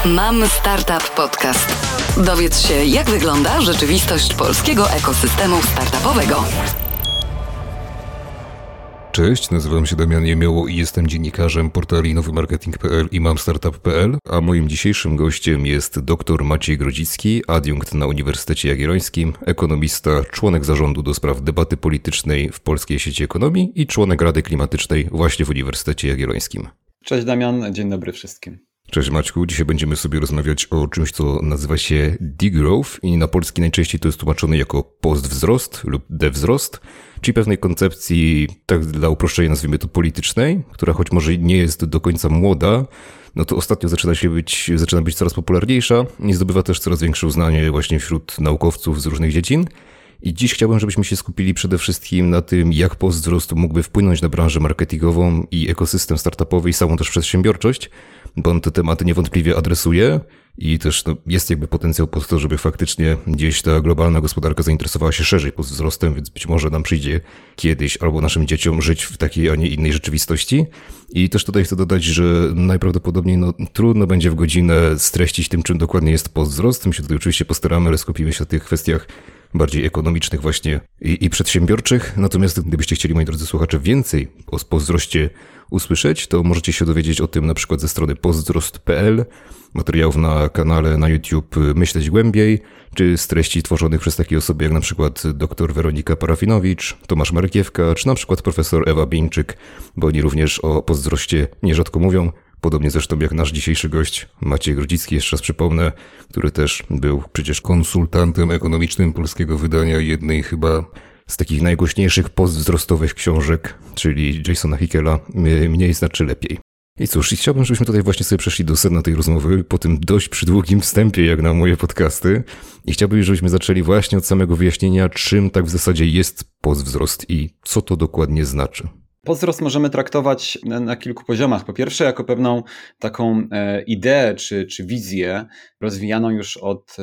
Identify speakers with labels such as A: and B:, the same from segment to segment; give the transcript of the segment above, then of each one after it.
A: Mam Startup Podcast. Dowiedz się, jak wygląda rzeczywistość polskiego ekosystemu startupowego.
B: Cześć, nazywam się Damian Jemioło i jestem dziennikarzem portali nowymarketing.pl i mamstartup.pl, a moim dzisiejszym gościem jest dr Maciej Grodzicki, adiunkt na Uniwersytecie Jagiellońskim, ekonomista, członek zarządu do spraw debaty politycznej w Polskiej Sieci Ekonomii i członek Rady Klimatycznej właśnie w Uniwersytecie Jagiellońskim.
C: Cześć Damian, dzień dobry wszystkim.
B: Cześć Maćku, dzisiaj będziemy sobie rozmawiać o czymś, co nazywa się degrowth i na polski najczęściej to jest tłumaczone jako postwzrost lub dewzrost, czyli pewnej koncepcji, tak dla uproszczenia nazwijmy to politycznej, która choć może nie jest do końca młoda, no to ostatnio zaczyna być coraz popularniejsza i zdobywa też coraz większe uznanie właśnie wśród naukowców z różnych dziedzin. I dziś chciałbym, żebyśmy się skupili przede wszystkim na tym, jak postwzrost mógłby wpłynąć na branżę marketingową i ekosystem startupowy i samą też przedsiębiorczość, bo on te tematy niewątpliwie adresuje i też jest jakby potencjał pod to, żeby faktycznie gdzieś ta globalna gospodarka zainteresowała się szerzej postwzrostem, więc być może nam przyjdzie kiedyś albo naszym dzieciom żyć w takiej, a nie innej rzeczywistości. I też tutaj chcę dodać, że najprawdopodobniej trudno będzie w godzinę streścić tym, czym dokładnie jest postwzrost. My się tutaj oczywiście postaramy, ale skupimy się na tych kwestiach bardziej ekonomicznych właśnie i przedsiębiorczych. Natomiast gdybyście chcieli, moi drodzy słuchacze, więcej o postwzroście usłyszeć, to możecie się dowiedzieć o tym na przykład ze strony postwzrost.pl, materiałów na kanale na YouTube Myśleć Głębiej, czy z treści tworzonych przez takie osoby jak na przykład dr Weronika Parafinowicz, Tomasz Markiewka, czy na przykład profesor Ewa Bieńczyk, bo oni również o postwzroście nierzadko mówią. Podobnie zresztą jak nasz dzisiejszy gość Maciej Grodzicki, jeszcze raz przypomnę, który też był przecież konsultantem ekonomicznym polskiego wydania jednej chyba z takich najgłośniejszych postwzrostowych książek, czyli Jasona Hickela, Mniej znaczy lepiej. I cóż, chciałbym, żebyśmy tutaj właśnie sobie przeszli do sedna tej rozmowy po tym dość przydługim wstępie jak na moje podcasty i chciałbym, żebyśmy zaczęli właśnie od samego wyjaśnienia, czym tak w zasadzie jest postwzrost i co to dokładnie znaczy.
C: Postwzrost możemy traktować na kilku poziomach. Po pierwsze, jako pewną taką ideę czy wizję rozwijaną już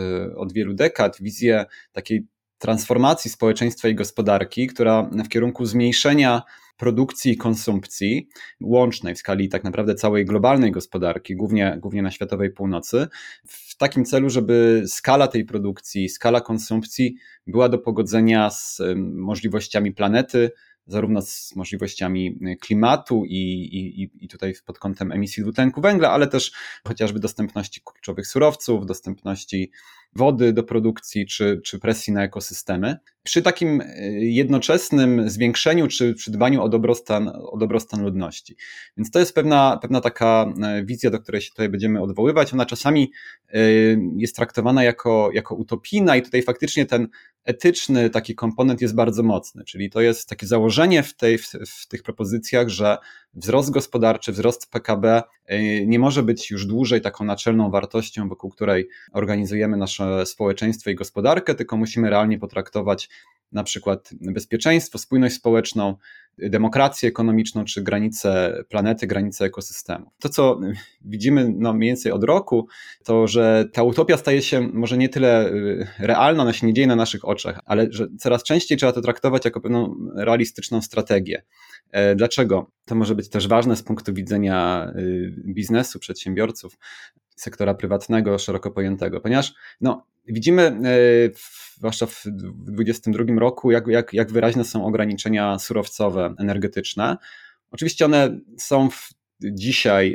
C: od wielu dekad, wizję takiej transformacji społeczeństwa i gospodarki, która w kierunku zmniejszenia produkcji i konsumpcji łącznej w skali tak naprawdę całej globalnej gospodarki, głównie na światowej północy, w takim celu, żeby skala tej produkcji, skala konsumpcji była do pogodzenia z możliwościami planety, zarówno z możliwościami klimatu i tutaj pod kątem emisji dwutlenku węgla, ale też chociażby dostępności kluczowych surowców, dostępności wody do produkcji czy presji na ekosystemy. Przy takim jednoczesnym zwiększeniu czy dbaniu o dobrostan ludności. Więc to jest pewna taka wizja, do której się tutaj będziemy odwoływać. Ona czasami jest traktowana jako utopijna i tutaj faktycznie ten etyczny taki komponent jest bardzo mocny, czyli to jest takie założenie w tych propozycjach, że wzrost gospodarczy, wzrost PKB nie może być już dłużej taką naczelną wartością, wokół której organizujemy nasze społeczeństwo i gospodarkę, tylko musimy realnie potraktować na przykład bezpieczeństwo, spójność społeczną, demokrację ekonomiczną, czy granice planety, granice ekosystemu. To, co widzimy mniej więcej od roku, to, że ta utopia staje się może nie tyle realna, ona się nie dzieje na naszych oczach, ale że coraz częściej trzeba to traktować jako pewną realistyczną strategię. Dlaczego? To może być też ważne z punktu widzenia biznesu, przedsiębiorców, sektora prywatnego, szeroko pojętego, ponieważ widzimy zwłaszcza w 2022 roku, jak wyraźne są ograniczenia surowcowe, energetyczne. Oczywiście one są dzisiaj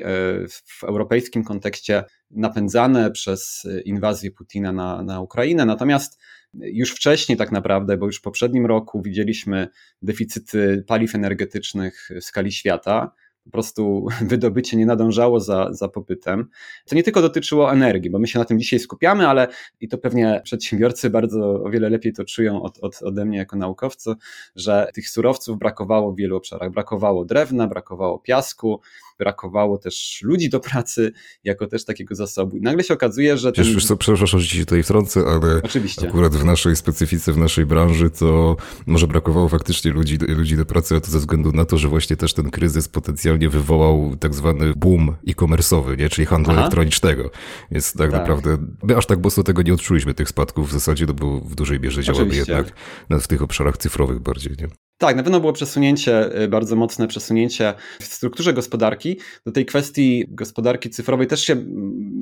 C: w europejskim kontekście napędzane przez inwazję Putina na Ukrainę, natomiast już wcześniej tak naprawdę, bo już w poprzednim roku widzieliśmy deficyty paliw energetycznych w skali świata. Po prostu wydobycie nie nadążało za popytem. To nie tylko dotyczyło energii, bo my się na tym dzisiaj skupiamy, ale i to pewnie przedsiębiorcy o wiele lepiej to czują ode mnie jako naukowcy, że tych surowców brakowało w wielu obszarach. Brakowało drewna, brakowało piasku, brakowało też ludzi do pracy, jako też takiego zasobu. I nagle się okazuje, że...
B: Przepraszam, że ci się tutaj wtrącę, ale
C: oczywiście.
B: Akurat w naszej specyfice, w naszej branży to może brakowało faktycznie ludzi do pracy, ale to ze względu na to, że właśnie też ten kryzys potencjalnie wywołał tak zwany boom e-commerce'owy, nie? Czyli handlu elektronicznego. Więc tak naprawdę my aż tak mocno tego nie odczuliśmy, tych spadków w zasadzie, bo w dużej mierze działamy jednak w tych obszarach cyfrowych bardziej, nie?
C: Tak, na pewno było przesunięcie, bardzo mocne przesunięcie w strukturze gospodarki. Do tej kwestii gospodarki cyfrowej też się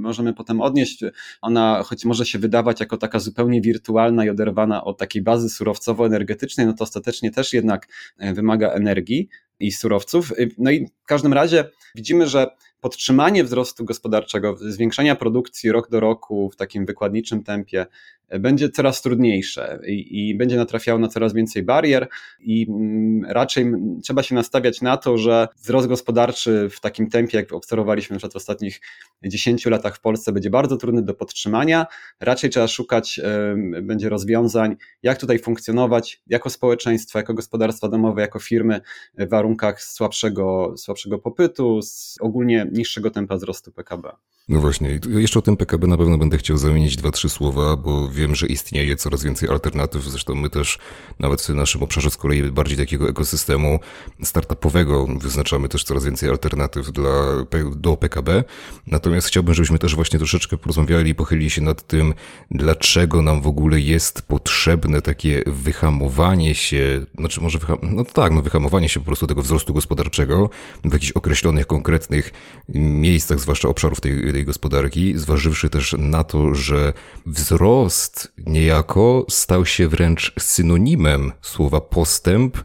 C: możemy potem odnieść, ona choć może się wydawać jako taka zupełnie wirtualna i oderwana od takiej bazy surowcowo-energetycznej, no to ostatecznie też jednak wymaga energii i surowców. No i w każdym razie widzimy, że podtrzymanie wzrostu gospodarczego, zwiększania produkcji rok do roku w takim wykładniczym tempie będzie coraz trudniejsze i będzie natrafiało na coraz więcej barier i raczej trzeba się nastawiać na to, że wzrost gospodarczy w takim tempie, jak obserwowaliśmy na przykład w ostatnich 10 latach w Polsce, będzie bardzo trudny do podtrzymania. Raczej trzeba szukać będzie rozwiązań, jak tutaj funkcjonować jako społeczeństwo, jako gospodarstwa domowe, jako firmy w warunkach słabszego popytu, ogólnie niższego tempa wzrostu PKB.
B: No właśnie, jeszcze o tym PKB na pewno będę chciał zamienić 2-3 słowa, bo wiem, że istnieje coraz więcej alternatyw, zresztą my też nawet w naszym obszarze z kolei bardziej takiego ekosystemu startupowego wyznaczamy też coraz więcej alternatyw do PKB, natomiast chciałbym, żebyśmy też właśnie troszeczkę porozmawiali i pochylili się nad tym, dlaczego nam w ogóle jest potrzebne takie wyhamowanie się, wyhamowanie się po prostu tego wzrostu gospodarczego w jakichś określonych, konkretnych miejscach, zwłaszcza obszarów tej gospodarki, zważywszy też na to, że wzrost niejako stał się wręcz synonimem słowa postęp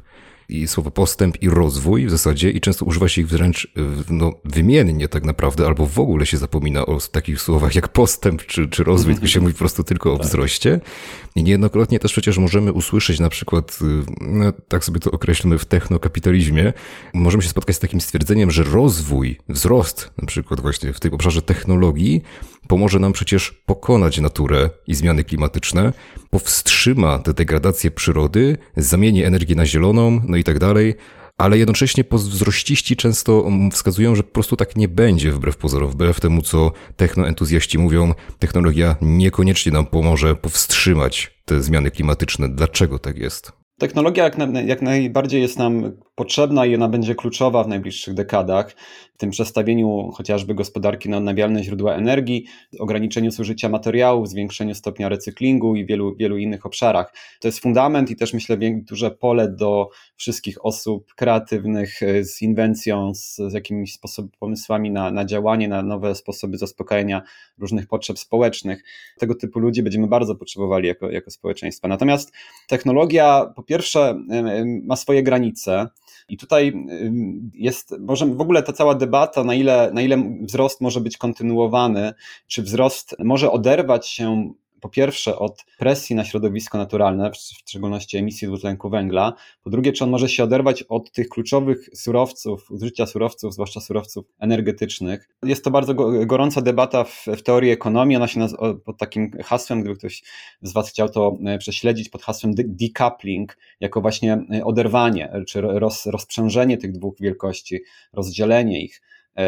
B: i rozwój w zasadzie i często używa się ich wręcz wymiennie tak naprawdę, albo w ogóle się zapomina o takich słowach jak postęp czy rozwój, tylko się mówi po prostu tylko o wzroście. I niejednokrotnie też przecież możemy usłyszeć na przykład, tak sobie to określmy w technokapitalizmie, możemy się spotkać z takim stwierdzeniem, że wzrost na przykład właśnie w tym obszarze technologii pomoże nam przecież pokonać naturę i zmiany klimatyczne, powstrzyma tę degradację przyrody, zamieni energię na zieloną, no i tak dalej, ale jednocześnie wzrościści często wskazują, że po prostu tak nie będzie wbrew pozorom, wbrew temu, co technoentuzjaści mówią, technologia niekoniecznie nam pomoże powstrzymać te zmiany klimatyczne. Dlaczego tak jest?
C: Technologia jak najbardziej jest nam potrzebna i ona będzie kluczowa w najbliższych dekadach w tym przestawieniu chociażby gospodarki na odnawialne źródła energii, ograniczeniu zużycia materiałów, zwiększeniu stopnia recyklingu i wielu innych obszarach. To jest fundament i też myślę duże pole do wszystkich osób kreatywnych z inwencją, z jakimiś pomysłami na działanie, na nowe sposoby zaspokajania różnych potrzeb społecznych. Tego typu ludzi będziemy bardzo potrzebowali jako społeczeństwa. Natomiast technologia po pierwsze ma swoje granice i tutaj jest może w ogóle ta cała debata, na ile wzrost może być kontynuowany, czy wzrost może oderwać się po pierwsze od presji na środowisko naturalne, w szczególności emisji dwutlenku węgla, po drugie, czy on może się oderwać od tych kluczowych surowców, użycia surowców, zwłaszcza surowców energetycznych. Jest to bardzo gorąca debata w teorii ekonomii, ona się nazywa pod takim hasłem, gdyby ktoś z Was chciał to prześledzić, pod hasłem decoupling, jako właśnie oderwanie, czy rozprzężenie tych dwóch wielkości, rozdzielenie ich.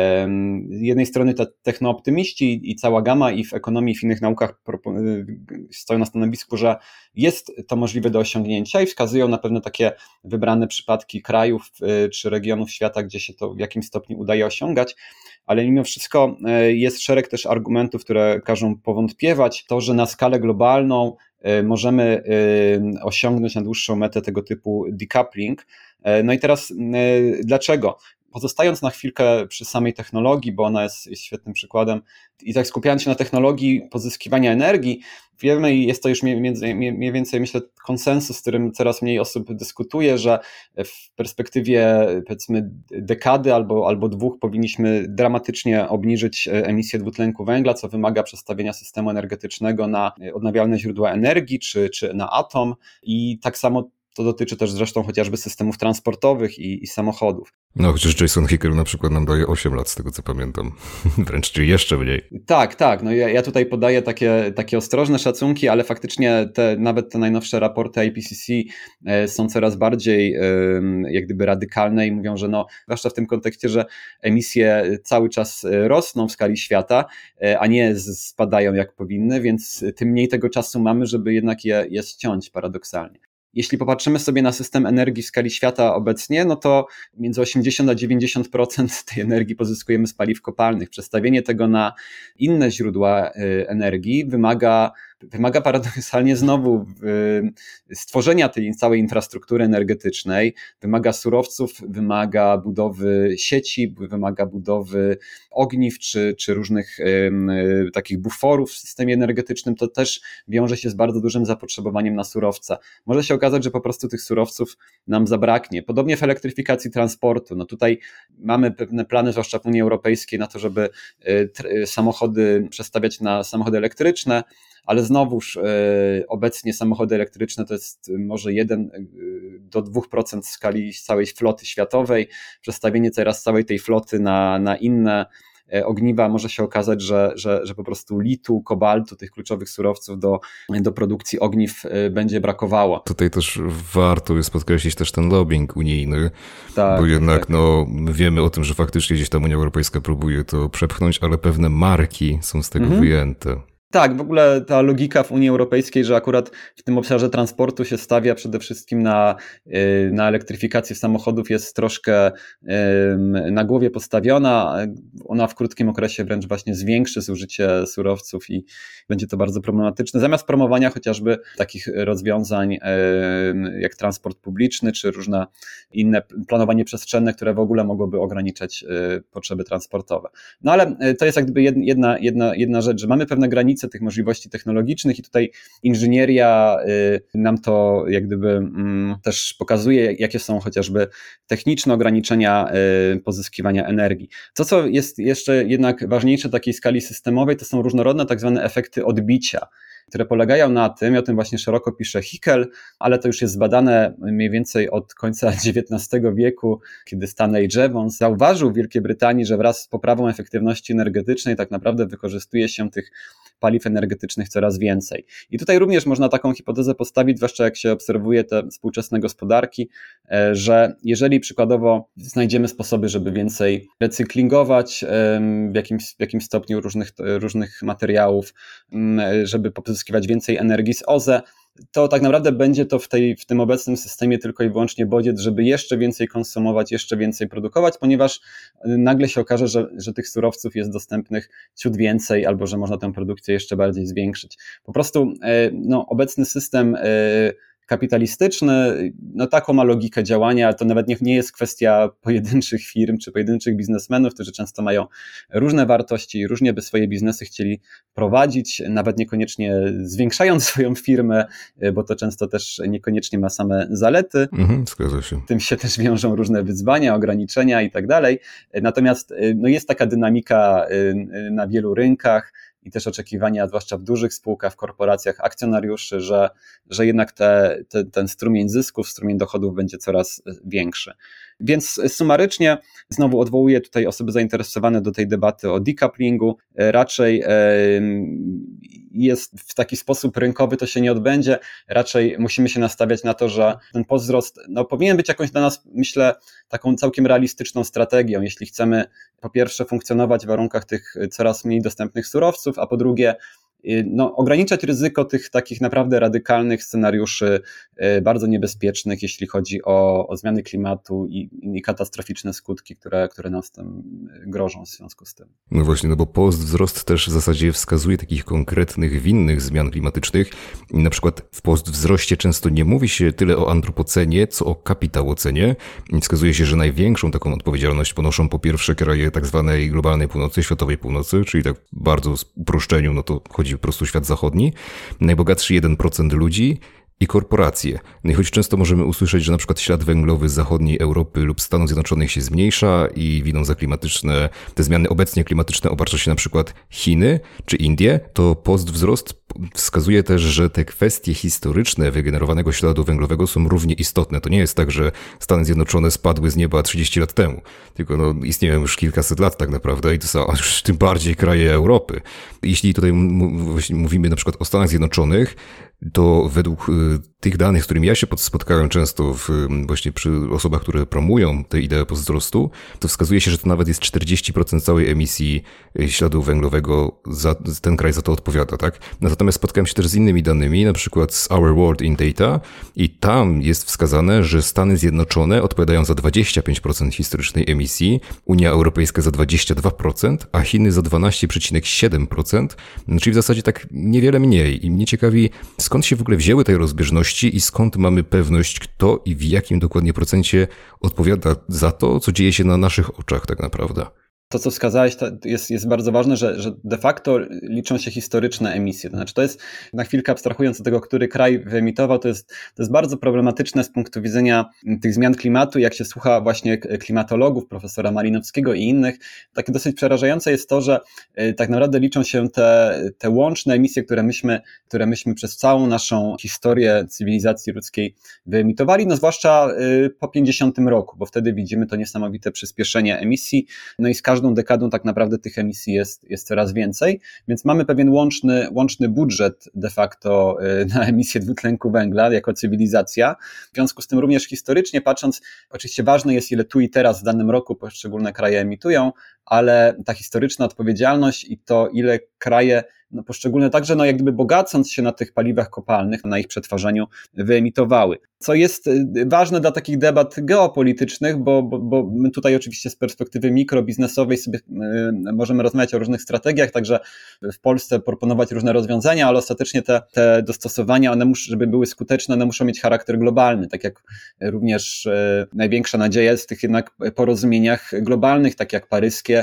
C: Z jednej strony te technooptymiści i cała gama i w ekonomii, i w innych naukach stoją na stanowisku, że jest to możliwe do osiągnięcia i wskazują na pewne takie wybrane przypadki krajów czy regionów świata, gdzie się to w jakimś stopniu udaje osiągać, ale mimo wszystko jest szereg też argumentów, które każą powątpiewać to, że na skalę globalną możemy osiągnąć na dłuższą metę tego typu decoupling. No i teraz dlaczego? Pozostając na chwilkę przy samej technologii, bo ona jest świetnym przykładem i tak skupiając się na technologii pozyskiwania energii, wiemy i jest to już mniej więcej myślę konsensus, z którym coraz mniej osób dyskutuje, że w perspektywie powiedzmy dekady albo dwóch powinniśmy dramatycznie obniżyć emisję dwutlenku węgla, co wymaga przestawienia systemu energetycznego na odnawialne źródła energii czy na atom i tak samo to dotyczy też zresztą chociażby systemów transportowych i samochodów.
B: No, chociaż Jason Hickel na przykład nam daje 8 lat, z tego co pamiętam. Wręcz, czy jeszcze mniej. Tak. No ja tutaj podaję takie ostrożne szacunki, ale faktycznie nawet te najnowsze raporty IPCC są coraz bardziej jak gdyby radykalne i mówią, że zwłaszcza w tym kontekście, że emisje cały czas rosną w skali świata, a nie spadają jak powinny, więc tym mniej tego czasu mamy, żeby jednak je ściąć paradoksalnie. Jeśli popatrzymy sobie na system energii w skali świata obecnie, no to między 80 a 90% tej energii pozyskujemy z paliw kopalnych. Przestawienie tego na inne źródła energii wymaga
C: wymaga paradoksalnie znowu stworzenia tej całej infrastruktury energetycznej, wymaga surowców, wymaga budowy sieci, wymaga budowy ogniw czy różnych takich buforów w systemie energetycznym. To też wiąże się z bardzo dużym zapotrzebowaniem na surowce. Może się okazać, że po prostu tych surowców nam zabraknie. Podobnie w elektryfikacji transportu. No tutaj mamy pewne plany, zwłaszcza w Unii Europejskiej, na to, żeby samochody przestawiać na samochody elektryczne, ale znowuż obecnie samochody elektryczne to jest może 1 do 2% skali całej floty światowej. Przestawienie teraz całej tej floty na inne ogniwa może się okazać, że po prostu litu, kobaltu, tych kluczowych surowców do produkcji ogniw będzie brakowało.
B: Tutaj też warto jest podkreślić też ten lobbying unijny,
C: tak,
B: bo jednak my wiemy o tym, że faktycznie gdzieś tam Unia Europejska próbuje to przepchnąć, ale pewne marki są z tego wyjęte.
C: Tak, w ogóle ta logika w Unii Europejskiej, że akurat w tym obszarze transportu się stawia przede wszystkim na elektryfikację samochodów, jest troszkę na głowie postawiona. Ona w krótkim okresie wręcz właśnie zwiększy zużycie surowców i będzie to bardzo problematyczne. Zamiast promowania chociażby takich rozwiązań jak transport publiczny, czy różne inne planowanie przestrzenne, które w ogóle mogłoby ograniczać potrzeby transportowe. No ale to jest jak gdyby jedna rzecz, że mamy pewne granice tych możliwości technologicznych i tutaj inżynieria nam to jak gdyby też pokazuje, jakie są chociażby techniczne ograniczenia pozyskiwania energii. To, co jest jeszcze jednak ważniejsze w takiej skali systemowej, to są różnorodne tak zwane efekty odbicia, które polegają na tym, i o tym właśnie szeroko pisze Hickel, ale to już jest zbadane mniej więcej od końca XIX wieku, kiedy Stanley Jevons zauważył w Wielkiej Brytanii, że wraz z poprawą efektywności energetycznej tak naprawdę wykorzystuje się tych paliw energetycznych coraz więcej. I tutaj również można taką hipotezę postawić, zwłaszcza jak się obserwuje te współczesne gospodarki, że jeżeli przykładowo znajdziemy sposoby, żeby więcej recyklingować w jakimś stopniu różnych materiałów, żeby pozyskiwać więcej energii z OZE, to tak naprawdę będzie to w tym obecnym systemie tylko i wyłącznie bodziec, żeby jeszcze więcej konsumować, jeszcze więcej produkować, ponieważ nagle się okaże, że tych surowców jest dostępnych ciut więcej, albo że można tę produkcję jeszcze bardziej zwiększyć. Po prostu obecny system kapitalistyczny, taką ma logikę działania, to nawet nie jest kwestia pojedynczych firm czy pojedynczych biznesmenów, którzy często mają różne wartości i różnie by swoje biznesy chcieli prowadzić, nawet niekoniecznie zwiększając swoją firmę, bo to często też niekoniecznie ma same zalety.
B: Zgadza się.
C: Tym się też wiążą różne wyzwania, ograniczenia i tak dalej. Natomiast jest taka dynamika na wielu rynkach, i też oczekiwania, zwłaszcza w dużych spółkach, w korporacjach akcjonariuszy, że jednak ten strumień zysków, strumień dochodów będzie coraz większy. Więc sumarycznie znowu odwołuję tutaj osoby zainteresowane do tej debaty o decouplingu. Raczej jest w taki sposób rynkowy to się nie odbędzie. Raczej musimy się nastawiać na to, że ten powzrost powinien być jakąś dla nas, myślę, taką całkiem realistyczną strategią, jeśli chcemy po pierwsze funkcjonować w warunkach tych coraz mniej dostępnych surowców, a po drugie ograniczać ryzyko tych takich naprawdę radykalnych scenariuszy, bardzo niebezpiecznych, jeśli chodzi o zmiany klimatu i katastroficzne skutki, które nam z tym grożą w związku z tym.
B: No właśnie, bo postwzrost też w zasadzie wskazuje takich konkretnych winnych zmian klimatycznych. Na przykład w postwzroście często nie mówi się tyle o antropocenie, co o kapitałocenie. Wskazuje się, że największą taką odpowiedzialność ponoszą po pierwsze kraje tak zwanej globalnej północy, światowej północy, czyli tak bardzo w uproszczeniu, to chodzi po prostu świat zachodni, najbogatszy 1% ludzi i korporacje. No i choć często możemy usłyszeć, że na przykład ślad węglowy z zachodniej Europy lub Stanów Zjednoczonych się zmniejsza i winą za te zmiany obecnie klimatyczne obarcza się na przykład Chiny czy Indie, to postwzrost wskazuje też, że te kwestie historyczne wygenerowanego śladu węglowego są równie istotne. To nie jest tak, że Stany Zjednoczone spadły z nieba 30 lat temu, tylko istnieją już kilkaset lat tak naprawdę i to są już tym bardziej kraje Europy. Jeśli tutaj mówimy na przykład o Stanach Zjednoczonych, to według tych danych, z którymi ja się spotkałem często właśnie przy osobach, które promują tę ideę pozdrostu, to wskazuje się, że to nawet jest 40% całej emisji śladu węglowego, ten kraj za to odpowiada, tak? Natomiast spotkałem się też z innymi danymi, na przykład z Our World in Data i tam jest wskazane, że Stany Zjednoczone odpowiadają za 25% historycznej emisji, Unia Europejska za 22%, a Chiny za 12,7%, czyli w zasadzie tak niewiele mniej. I mnie ciekawi, skąd się w ogóle wzięły te rozbieżności i skąd mamy pewność, kto i w jakim dokładnie procencie odpowiada za to, co dzieje się na naszych oczach tak naprawdę.
C: To, co wskazałeś, to jest bardzo ważne, że de facto liczą się historyczne emisje. To znaczy, to jest, na chwilkę abstrahując od tego, który kraj wyemitował, to jest bardzo problematyczne z punktu widzenia tych zmian klimatu. Jak się słucha właśnie klimatologów, profesora Malinowskiego i innych, takie dosyć przerażające jest to, że tak naprawdę liczą się te łączne emisje, które myśmy przez całą naszą historię cywilizacji ludzkiej wyemitowali, no zwłaszcza po 50 roku, bo wtedy widzimy to niesamowite przyspieszenie emisji, no i z każdą dekadą tak naprawdę tych emisji jest coraz więcej, więc mamy pewien łączny budżet de facto na emisję dwutlenku węgla jako cywilizacja. W związku z tym również historycznie patrząc, oczywiście ważne jest, ile tu i teraz w danym roku poszczególne kraje emitują, ale ta historyczna odpowiedzialność i to, ile kraje poszczególne także jak gdyby bogacąc się na tych paliwach kopalnych, na ich przetwarzaniu wyemitowały. Co jest ważne dla takich debat geopolitycznych, bo my tutaj oczywiście z perspektywy mikrobiznesowej sobie możemy rozmawiać o różnych strategiach, także w Polsce proponować różne rozwiązania, ale ostatecznie te dostosowania, żeby były skuteczne, one muszą mieć charakter globalny, tak jak również największa nadzieja jest w tych jednak porozumieniach globalnych, tak jak paryskie,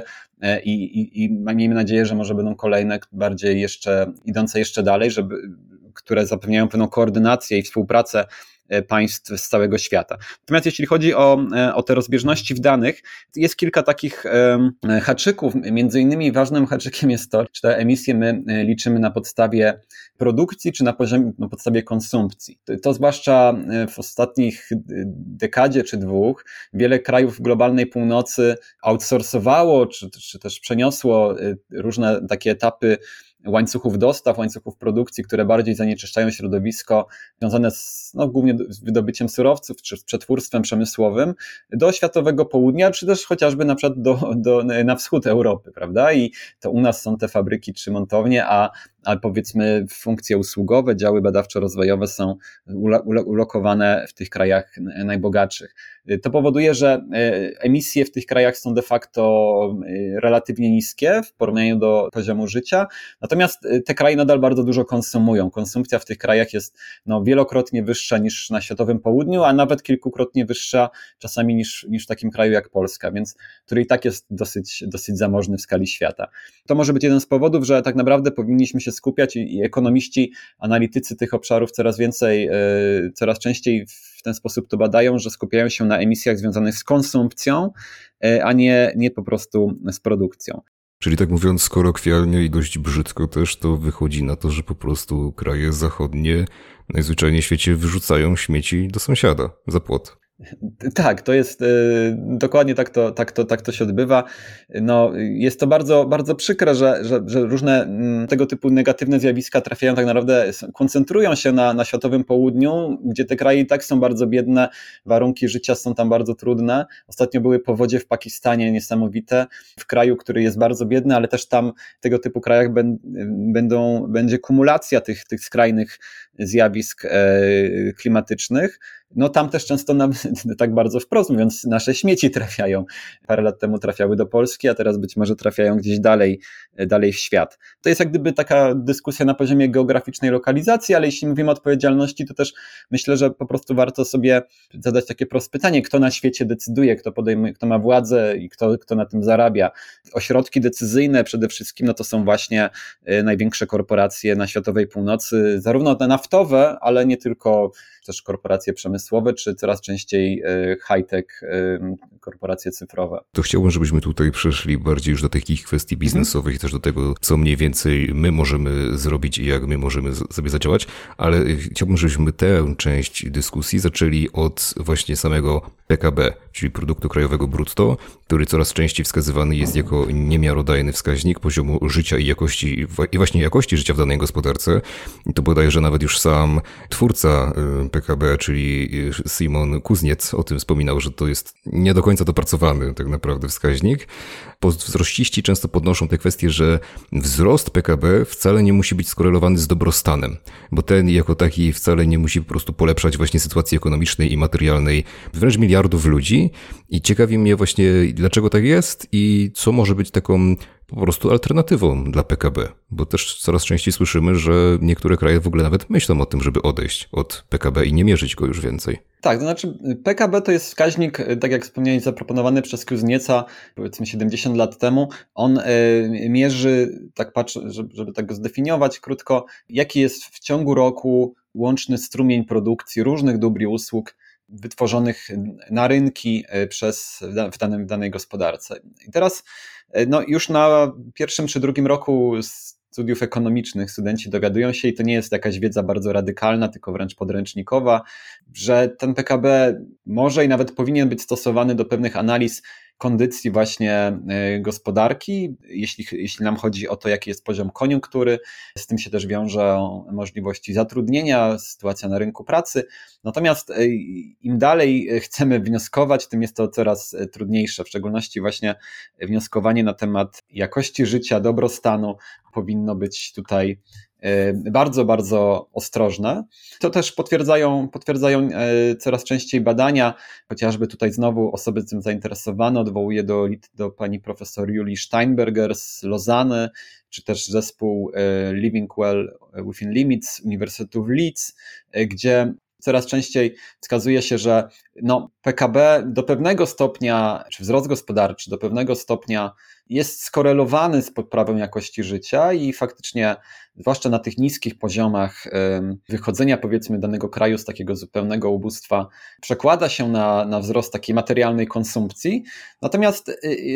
C: i miejmy nadzieję, że może będą kolejne bardziej idące jeszcze dalej, które zapewniają pewną koordynację i współpracę państw z całego świata. Natomiast jeśli chodzi o te rozbieżności w danych, jest kilka takich haczyków, między innymi ważnym haczykiem jest to, czy te emisje my liczymy na podstawie produkcji, czy na podstawie konsumpcji. To zwłaszcza w ostatnich dekadzie czy dwóch wiele krajów globalnej północy outsourcowało, czy też przeniosło różne takie etapy łańcuchów dostaw, łańcuchów produkcji, które bardziej zanieczyszczają środowisko, związane głównie z wydobyciem surowców, czy z przetwórstwem przemysłowym, do światowego południa, czy też chociażby na przykład na wschód Europy, prawda? I to u nas są te fabryki czy montownie, a powiedzmy funkcje usługowe, działy badawczo-rozwojowe są ulokowane w tych krajach najbogatszych. To powoduje, że emisje w tych krajach są de facto relatywnie niskie w porównaniu do poziomu życia, natomiast te kraje nadal bardzo dużo konsumują. Konsumpcja w tych krajach jest wielokrotnie wyższa niż na światowym południu, a nawet kilkukrotnie wyższa czasami niż w takim kraju jak Polska, więc który i tak jest dosyć zamożny w skali świata. To może być jeden z powodów, że tak naprawdę powinniśmy się skupiać i ekonomiści, analitycy tych obszarów coraz częściej w ten sposób to badają, że skupiają się na emisjach związanych z konsumpcją, a nie po prostu z produkcją.
B: Czyli tak mówiąc kolokwialnie i dość brzydko też, to wychodzi na to, że po prostu kraje zachodnie najzwyczajniej w świecie wyrzucają śmieci do sąsiada za płot.
C: Tak, to jest dokładnie tak to się odbywa. Jest to bardzo, bardzo przykre, że różne tego typu negatywne zjawiska trafiają tak naprawdę, koncentrują się na światowym południu, gdzie te kraje i tak są bardzo biedne, warunki życia są tam bardzo trudne. Ostatnio były powodzie w Pakistanie niesamowite, w kraju, który jest bardzo biedny, ale też tam w tego typu krajach będzie kumulacja tych skrajnych zjawisk klimatycznych. Tam też często tak bardzo wprost mówiąc, nasze śmieci trafiają. Parę lat temu trafiały do Polski, a teraz być może trafiają gdzieś dalej w świat. To jest jak gdyby taka dyskusja na poziomie geograficznej lokalizacji, ale jeśli mówimy o odpowiedzialności, to też myślę, że po prostu warto sobie zadać takie proste pytanie, kto na świecie decyduje, kto ma władzę i kto na tym zarabia. Ośrodki decyzyjne przede wszystkim, to są właśnie największe korporacje na światowej północy, zarówno te naftowe, ale nie tylko też korporacje przemysłowe, czy coraz częściej high-tech korporacje cyfrowe.
B: To chciałbym, żebyśmy tutaj przeszli bardziej już do takich kwestii biznesowych i też do tego, co mniej więcej my możemy zrobić i jak my możemy sobie zadziałać, ale chciałbym, żebyśmy tę część dyskusji zaczęli od właśnie samego PKB, czyli produktu krajowego brutto, który coraz częściej wskazywany jest jako niemiarodajny wskaźnik poziomu życia i jakości, i właśnie jakości życia w danej gospodarce. I to bodajże nawet już sam twórca PKB, czyli Simon Kuzniec, o tym wspominał, że to jest nie do końca dopracowany tak naprawdę wskaźnik. Postwzrościści często podnoszą tę kwestię, że wzrost PKB wcale nie musi być skorelowany z dobrostanem, bo ten jako taki wcale nie musi po prostu polepszać właśnie sytuacji ekonomicznej i materialnej wręcz miliardów ludzi. I ciekawi mnie właśnie, dlaczego tak jest i co może być taką po prostu alternatywą dla PKB, bo też coraz częściej słyszymy, że niektóre kraje w ogóle nawet myślą o tym, żeby odejść od PKB i nie mierzyć go już więcej.
C: Tak, to znaczy PKB to jest wskaźnik, tak jak wspomniałeś, zaproponowany przez Kuznieca powiedzmy 70 lat temu. On mierzy, tak patrzę, żeby tak go zdefiniować krótko, jaki jest w ciągu roku łączny strumień produkcji różnych dóbr i usług wytworzonych na rynki w danej gospodarce. I teraz już na pierwszym czy drugim roku studiów ekonomicznych studenci dowiadują się, i to nie jest jakaś wiedza bardzo radykalna, tylko wręcz podręcznikowa, że ten PKB może i nawet powinien być stosowany do pewnych analiz kondycji właśnie gospodarki, jeśli nam chodzi o to, jaki jest poziom koniunktury, z tym się też wiążą możliwości zatrudnienia, sytuacja na rynku pracy. Natomiast im dalej chcemy wnioskować, tym jest to coraz trudniejsze, w szczególności właśnie wnioskowanie na temat jakości życia, dobrostanu powinno być tutaj bardzo, bardzo ostrożne. To też potwierdzają coraz częściej badania, chociażby tutaj znowu osoby tym zainteresowane, odwołuję do pani profesor Julii Steinberger z Lozany, czy też zespół Living Well Within Limits Uniwersytetu w Leeds, gdzie coraz częściej wskazuje się, że PKB do pewnego stopnia, czy wzrost gospodarczy do pewnego stopnia jest skorelowany z poprawą jakości życia i faktycznie, zwłaszcza na tych niskich poziomach wychodzenia powiedzmy danego kraju z takiego zupełnego ubóstwa, przekłada się na wzrost takiej materialnej konsumpcji. Natomiast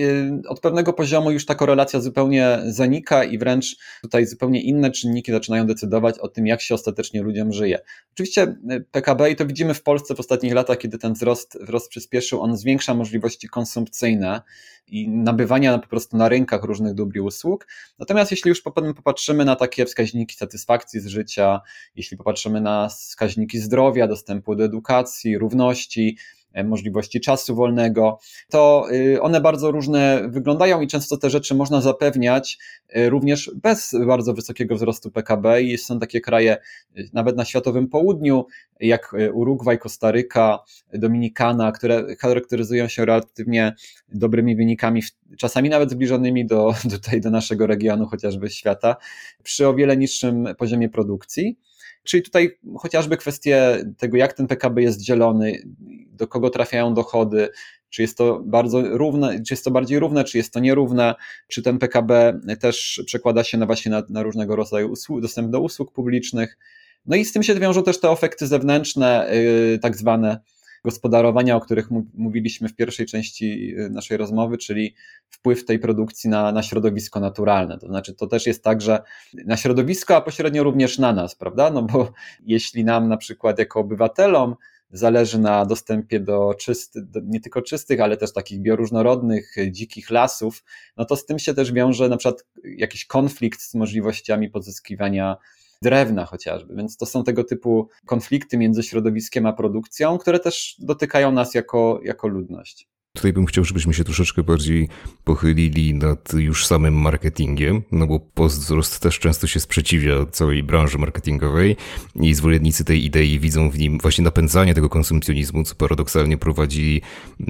C: od pewnego poziomu już ta korelacja zupełnie zanika i wręcz tutaj zupełnie inne czynniki zaczynają decydować o tym, jak się ostatecznie ludziom żyje. Oczywiście PKB, i to widzimy w Polsce w ostatnich latach, kiedy ten wzrost przyspieszył, on zwiększa możliwości konsumpcyjne i nabywania po prostu na rynkach różnych dóbr i usług. Natomiast jeśli już popatrzymy na takie wskaźniki satysfakcji z życia, jeśli popatrzymy na wskaźniki zdrowia, dostępu do edukacji, równości, możliwości czasu wolnego, to one bardzo różne wyglądają i często te rzeczy można zapewniać również bez bardzo wysokiego wzrostu PKB i są takie kraje nawet na światowym południu, jak Urugwaj, Kostaryka, Dominikana, które charakteryzują się relatywnie dobrymi wynikami, czasami nawet zbliżonymi do naszego regionu, chociażby świata, przy o wiele niższym poziomie produkcji. Czyli tutaj chociażby kwestie tego, jak ten PKB jest dzielony, do kogo trafiają dochody, czy jest to bardzo równe, czy jest to bardziej równe, czy jest to nierówne, czy ten PKB też przekłada się na różnego rodzaju dostęp do usług publicznych. No i z tym się wiążą też te efekty zewnętrzne, tak zwane gospodarowania, o których mówiliśmy w pierwszej części naszej rozmowy, czyli wpływ tej produkcji na środowisko naturalne. To znaczy to też jest tak, że na środowisko, a pośrednio również na nas, prawda? No bo jeśli nam na przykład jako obywatelom zależy na dostępie do nie tylko czystych, ale też takich bioróżnorodnych, dzikich lasów, no to z tym się też wiąże na przykład jakiś konflikt z możliwościami pozyskiwania drewna chociażby, więc to są tego typu konflikty między środowiskiem a produkcją, które też dotykają nas jako ludność.
B: Tutaj bym chciał, żebyśmy się troszeczkę bardziej pochylili nad już samym marketingiem, no bo postwzrost też często się sprzeciwia całej branży marketingowej i zwolennicy tej idei widzą w nim właśnie napędzanie tego konsumpcjonizmu, co paradoksalnie prowadzi,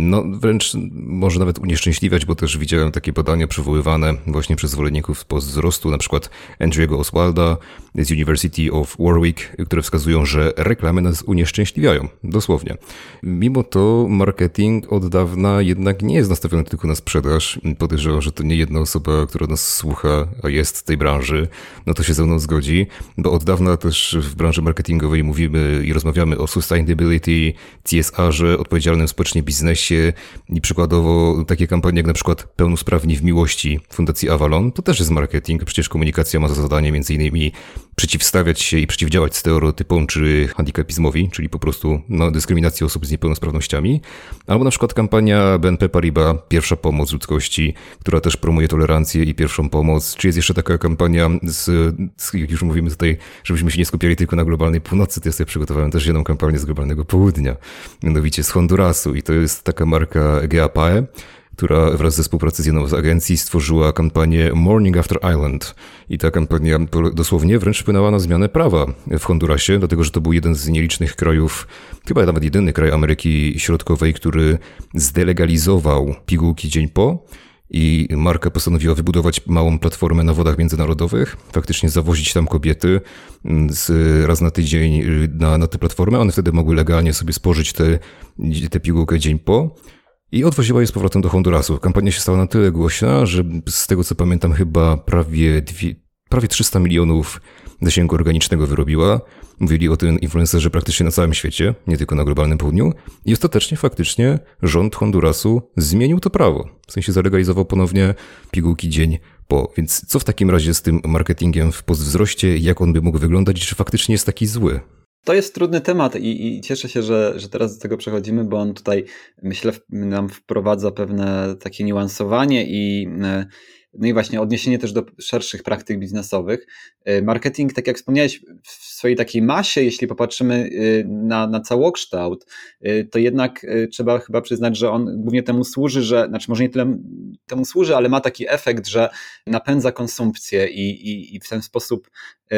B: wręcz może nawet unieszczęśliwiać, bo też widziałem takie badania przywoływane właśnie przez zwolenników postwzrostu, na przykład Andrew'ego Oswalda z University of Warwick, które wskazują, że reklamy nas unieszczęśliwiają, dosłownie. Mimo to marketing od dawna ona jednak nie jest nastawiona tylko na sprzedaż. Podejrzewam, że to nie jedna osoba, która nas słucha, a jest z tej branży, no to się ze mną zgodzi, bo od dawna też w branży marketingowej mówimy i rozmawiamy o sustainability, CSR-ze, odpowiedzialnym społecznie biznesie i przykładowo takie kampanie jak na przykład Pełnosprawni w miłości Fundacji Avalon, to też jest marketing. Przecież komunikacja ma za zadanie między innymi przeciwstawiać się i przeciwdziałać stereotypom czy handicapizmowi, czyli po prostu dyskryminacji osób z niepełnosprawnościami. Albo na przykład kampania BNP Paribas Pierwsza pomoc ludzkości, która też promuje tolerancję i pierwszą pomoc. Czy jest jeszcze taka kampania jak już mówimy tutaj, żebyśmy się nie skupiali tylko na globalnej północy, to ja sobie przygotowałem też jedną kampanię z globalnego południa, mianowicie z Hondurasu i to jest taka marka GAPAE, która wraz ze współpracy z jedną z agencji stworzyła kampanię Morning After Island. I ta kampania dosłownie wręcz wpłynęła na zmianę prawa w Hondurasie, dlatego że to był jeden z nielicznych krajów, chyba nawet jedyny kraj Ameryki Środkowej, który zdelegalizował pigułki dzień po. I marka postanowiła wybudować małą platformę na wodach międzynarodowych, faktycznie zawozić tam kobiety raz na tydzień na tę platformę. One wtedy mogły legalnie sobie spożyć tę pigułkę dzień po. I odwoziła je z powrotem do Hondurasu. Kampania się stała na tyle głośna, że z tego co pamiętam chyba prawie 300 milionów zasięgu organicznego wyrobiła. Mówili o tym influencerzy praktycznie na całym świecie, nie tylko na globalnym południu. I ostatecznie faktycznie rząd Hondurasu zmienił to prawo. W sensie zalegalizował ponownie pigułki dzień po. Więc co w takim razie z tym marketingiem w postwzroście? Jak on by mógł wyglądać i czy faktycznie jest taki zły?
C: To jest trudny temat i cieszę się, że teraz do tego przechodzimy, bo on tutaj, myślę, nam wprowadza pewne takie niuansowanie no i właśnie odniesienie też do szerszych praktyk biznesowych. Marketing, tak jak wspomniałeś, w swojej takiej masie, jeśli popatrzymy na całokształt, to jednak trzeba chyba przyznać, że on głównie temu służy, może nie tyle temu służy, ale ma taki efekt, że napędza konsumpcję i w ten sposób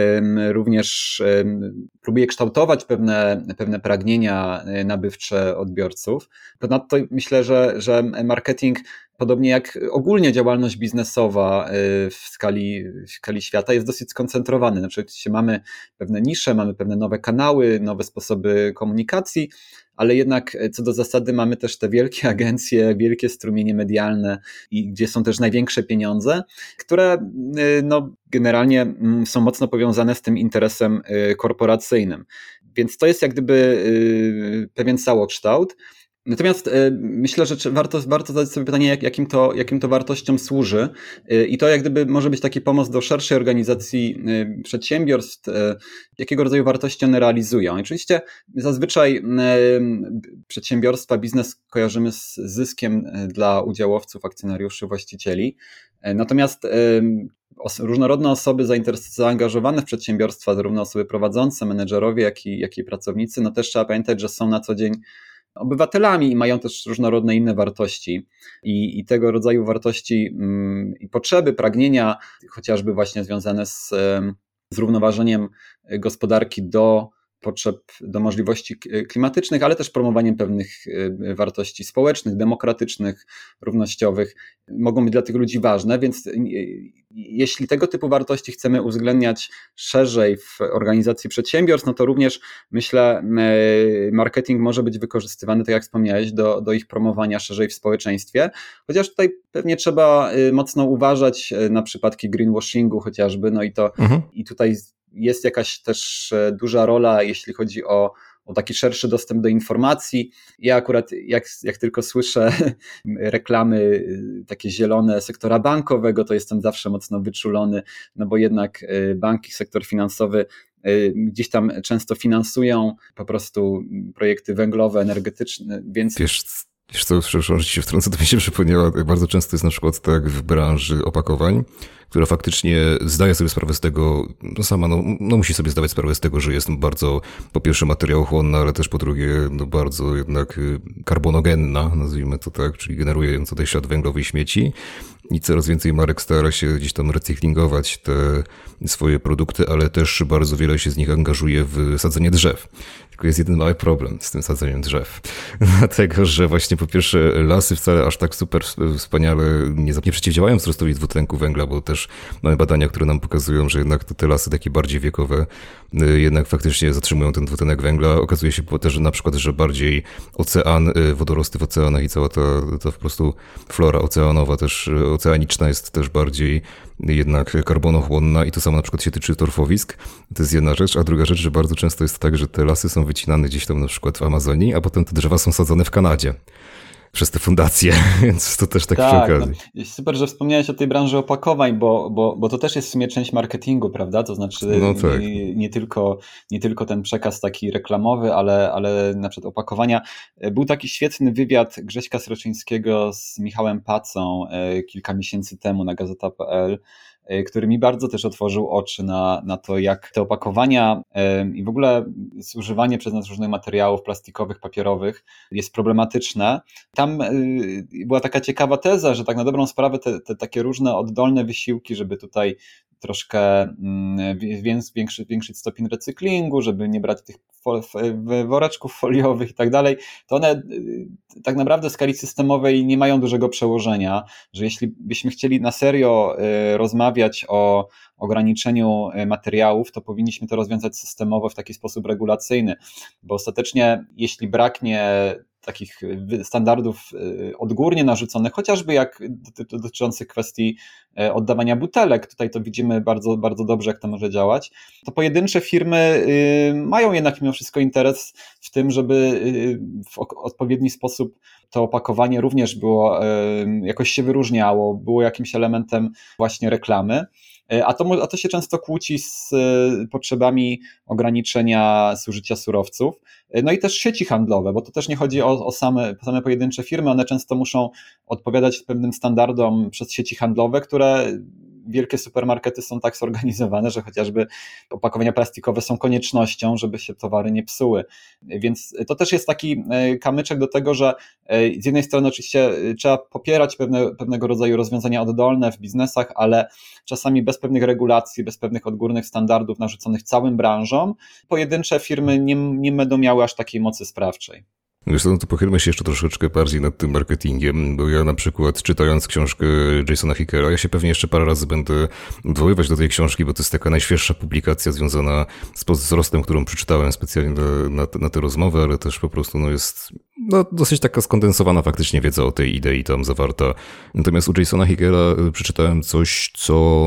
C: również próbuje kształtować pewne pragnienia nabywcze odbiorców. Ponadto myślę, że marketing, podobnie jak ogólnie działalność biznesowa w skali świata, jest dosyć skoncentrowany. Na przykład mamy pewne nisze, mamy pewne nowe kanały, nowe sposoby komunikacji, ale jednak co do zasady mamy też te wielkie agencje, wielkie strumienie medialne i gdzie są też największe pieniądze, które generalnie są mocno powiązane z tym interesem korporacyjnym. Więc to jest jak gdyby pewien całokształt. Natomiast myślę, że warto zadać sobie pytanie, jakim to wartościom służy i to jak gdyby może być taki pomost do szerszej organizacji przedsiębiorstw, jakiego rodzaju wartości one realizują. I oczywiście zazwyczaj przedsiębiorstwa, biznes kojarzymy z zyskiem dla udziałowców, akcjonariuszy, właścicieli. Natomiast różnorodne osoby zaangażowane w przedsiębiorstwa, zarówno osoby prowadzące, menedżerowie, jak i pracownicy, no też trzeba pamiętać, że są na co dzień obywatelami i mają też różnorodne inne wartości i tego rodzaju wartości i potrzeby, pragnienia, chociażby właśnie związane z zrównoważeniem gospodarki do potrzeb, do możliwości klimatycznych, ale też promowaniem pewnych wartości społecznych, demokratycznych, równościowych, mogą być dla tych ludzi ważne, więc jeśli tego typu wartości chcemy uwzględniać szerzej w organizacji przedsiębiorstw, no to również myślę, marketing może być wykorzystywany, tak jak wspomniałeś, do ich promowania szerzej w społeczeństwie, chociaż tutaj pewnie trzeba mocno uważać na przypadki greenwashingu chociażby, no i tutaj jest jakaś też duża rola, jeśli chodzi o taki szerszy dostęp do informacji. Ja akurat jak tylko słyszę reklamy takie zielone sektora bankowego, to jestem zawsze mocno wyczulony, no bo jednak banki, sektor finansowy gdzieś tam często finansują po prostu projekty węglowe, energetyczne, więc...
B: Wiesz co, przepraszam, że ci się wtrącę, to mi się przypomniała, bardzo często jest na przykład tak w branży opakowań, która faktycznie zdaje sobie sprawę z tego, musi sobie zdawać sprawę z tego, że jest bardzo, po pierwsze materiałochłonna, ale też po drugie, bardzo jednak karbonogenna, nazwijmy to tak, czyli generująca tutaj ślad węglowy i śmieci. i coraz więcej marek stara się gdzieś tam recyklingować te swoje produkty, ale też bardzo wiele się z nich angażuje w sadzenie drzew. Tylko jest jeden mały problem z tym sadzeniem drzew. Dlatego, że właśnie po pierwsze lasy wcale aż tak super wspaniale nie przeciwdziałają wzrostowi dwutlenku węgla, bo też mamy badania, które nam pokazują, że jednak te lasy takie bardziej wiekowe jednak faktycznie zatrzymują ten dwutlenek węgla. Okazuje się też, że na przykład, że bardziej ocean, wodorosty w oceanach i cała ta po prostu flora oceanowa, też oceaniczna jest też bardziej jednak karbonochłonna i to samo na przykład się tyczy torfowisk. To jest jedna rzecz, a druga rzecz, że bardzo często jest tak, że te lasy są wycinane gdzieś tam na przykład w Amazonii, a potem te drzewa są sadzone w Kanadzie przez te fundacje, więc to też tak przy okazji.
C: No, super, że wspomniałeś o tej branży opakowań, bo to też jest w sumie część marketingu, prawda? To znaczy
B: no tak.
C: nie tylko ten przekaz taki reklamowy, ale na przykład opakowania. Był taki świetny wywiad Grześka Sroczyńskiego z Michałem Pacą kilka miesięcy temu na gazeta.pl, który mi bardzo też otworzył oczy na to, jak te opakowania i w ogóle zużywanie przez nas różnych materiałów plastikowych, papierowych jest problematyczne. Tam była taka ciekawa teza, że tak na dobrą sprawę te takie różne oddolne wysiłki, żeby tutaj troszkę większy stopień recyklingu, żeby nie brać tych woreczków foliowych i tak dalej, to one tak naprawdę w skali systemowej nie mają dużego przełożenia, że jeśli byśmy chcieli na serio rozmawiać o ograniczeniu materiałów, to powinniśmy to rozwiązać systemowo w taki sposób regulacyjny, bo ostatecznie jeśli braknie takich standardów odgórnie narzuconych, chociażby jak dotyczących kwestii oddawania butelek, tutaj to widzimy bardzo, bardzo dobrze, jak to może działać, to pojedyncze firmy mają jednak mimo wszystko interes w tym, żeby w odpowiedni sposób to opakowanie również było, jakoś się wyróżniało, było jakimś elementem właśnie reklamy. A to się często kłóci z potrzebami ograniczenia zużycia surowców. No i też sieci handlowe, bo to też nie chodzi o same pojedyncze firmy, one często muszą odpowiadać pewnym standardom przez sieci handlowe, które wielkie supermarkety są tak zorganizowane, że chociażby opakowania plastikowe są koniecznością, żeby się towary nie psuły. Więc to też jest taki kamyczek do tego, że z jednej strony oczywiście trzeba popierać pewnego rodzaju rozwiązania oddolne w biznesach, ale czasami bez pewnych regulacji, bez pewnych odgórnych standardów narzuconych całym branżom, pojedyncze firmy nie będą miały aż takiej mocy sprawczej.
B: Wiesz, no to pochylmy się jeszcze troszeczkę bardziej nad tym marketingiem, bo ja na przykład czytając książkę Jasona Hickera, ja się pewnie jeszcze parę razy będę odwoływać do tej książki, bo to jest taka najświeższa publikacja związana z wzrostem, którą przeczytałem specjalnie na tę rozmowę, ale też po prostu jest dosyć taka skondensowana faktycznie wiedza o tej idei tam zawarta. Natomiast u Jasona Hickera przeczytałem coś, co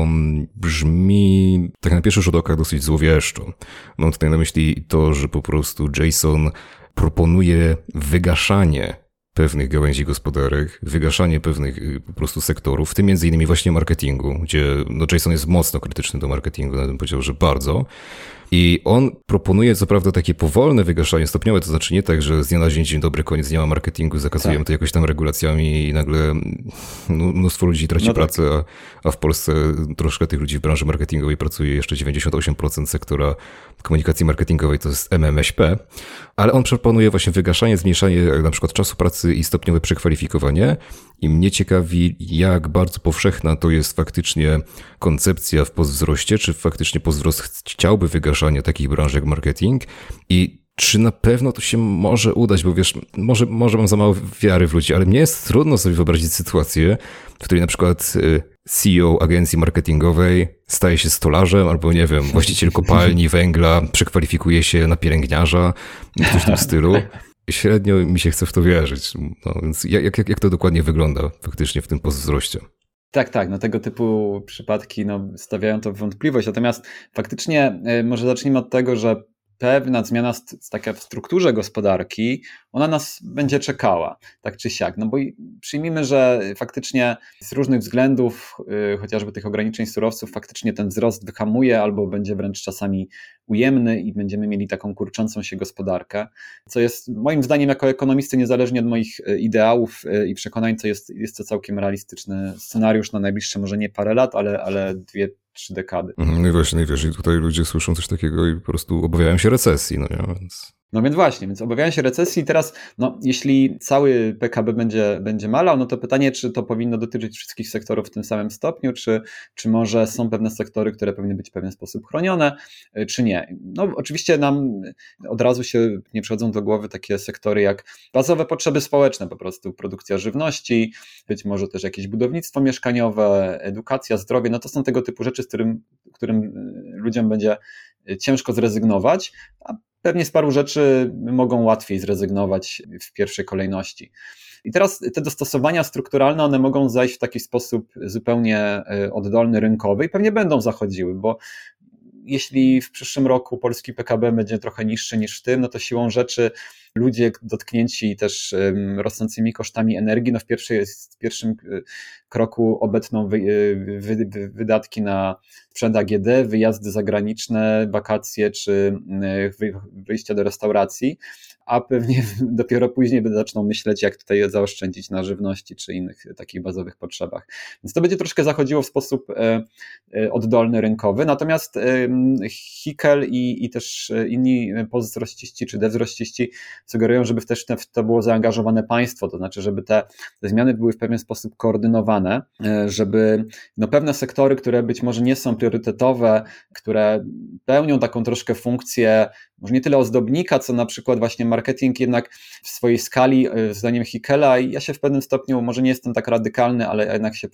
B: brzmi tak na pierwszy rzut oka dosyć złowieszczo. Mam tutaj na myśli to, że po prostu Jason proponuje wygaszanie pewnych gałęzi gospodarek, wygaszanie pewnych po prostu sektorów, w tym między innymi właśnie marketingu, gdzie Jason jest mocno krytyczny do marketingu, nawet bym powiedział, że bardzo. I on proponuje co prawda takie powolne wygaszanie, stopniowe, to znaczy nie tak, że z dnia na dzień dobry, koniec dnia ma marketingu, zakazujemy to jakoś tam regulacjami i nagle mnóstwo ludzi traci pracę, a w Polsce troszkę tych ludzi w branży marketingowej pracuje jeszcze 98% sektora komunikacji marketingowej, to jest MMŚP, ale on proponuje właśnie wygaszanie, zmniejszanie na przykład czasu pracy i stopniowe przekwalifikowanie i mnie ciekawi, jak bardzo powszechna to jest faktycznie koncepcja w postwzroście, czy faktycznie postwzrost chciałby wygaszania takich branż jak marketing i czy na pewno to się może udać, bo wiesz, może mam za mało wiary w ludzi, ale mnie jest trudno sobie wyobrazić sytuację, w której na przykład CEO agencji marketingowej staje się stolarzem albo nie wiem, właściciel kopalni węgla przekwalifikuje się na pielęgniarza, coś w tym stylu. Średnio mi się chce w to wierzyć. No, więc jak to dokładnie wygląda faktycznie w tym postwzroście?
C: Tak, tego typu przypadki stawiają to w wątpliwość, natomiast faktycznie może zacznijmy od tego, że pewna zmiana taka w strukturze gospodarki, ona nas będzie czekała, tak czy siak, bo przyjmijmy, że faktycznie z różnych względów, chociażby tych ograniczeń surowców, faktycznie ten wzrost wyhamuje albo będzie wręcz czasami ujemny i będziemy mieli taką kurczącą się gospodarkę, co jest moim zdaniem jako ekonomisty, niezależnie od moich ideałów i przekonań, to jest to całkiem realistyczny scenariusz na najbliższe może nie parę lat, ale 2-3 dekady.
B: No i właśnie, wiesz, i tutaj ludzie słyszą coś takiego i po prostu obawiają się recesji, więc...
C: No więc właśnie, więc obawiają się recesji. Teraz, jeśli cały PKB będzie malał, no to pytanie, czy to powinno dotyczyć wszystkich sektorów w tym samym stopniu, czy może są pewne sektory, które powinny być w pewien sposób chronione, czy nie. No oczywiście nam od razu się nie przychodzą do głowy takie sektory jak bazowe potrzeby społeczne, po prostu produkcja żywności, być może też jakieś budownictwo mieszkaniowe, edukacja, zdrowie, no to są tego typu rzeczy, z którym ludziom będzie ciężko zrezygnować, a pewnie z paru rzeczy mogą łatwiej zrezygnować w pierwszej kolejności. I teraz te dostosowania strukturalne, one mogą zajść w taki sposób zupełnie oddolny, rynkowy i pewnie będą zachodziły, bo jeśli w przyszłym roku polski PKB będzie trochę niższy niż w tym, no to siłą rzeczy ludzie dotknięci też rosnącymi kosztami energii, no w pierwszym kroku obetną wydatki później sprzęt AGD, wyjazdy zagraniczne, wakacje czy wyjścia do restauracji, a pewnie dopiero później zaczną myśleć, jak tutaj zaoszczędzić na żywności czy innych takich bazowych potrzebach. Więc to będzie troszkę zachodziło w sposób oddolny, rynkowy, natomiast Hickel i też inni postwzrościści czy dewzrościści sugerują, żeby też w to było zaangażowane państwo, to znaczy, żeby te zmiany były w pewien sposób koordynowane, żeby pewne sektory, które być może nie są priorytetowe, które pełnią taką troszkę funkcję, może nie tyle ozdobnika, co na przykład właśnie marketing jednak w swojej skali, zdaniem Hickela, i ja się w pewnym stopniu, może nie jestem tak radykalny, ale jednak się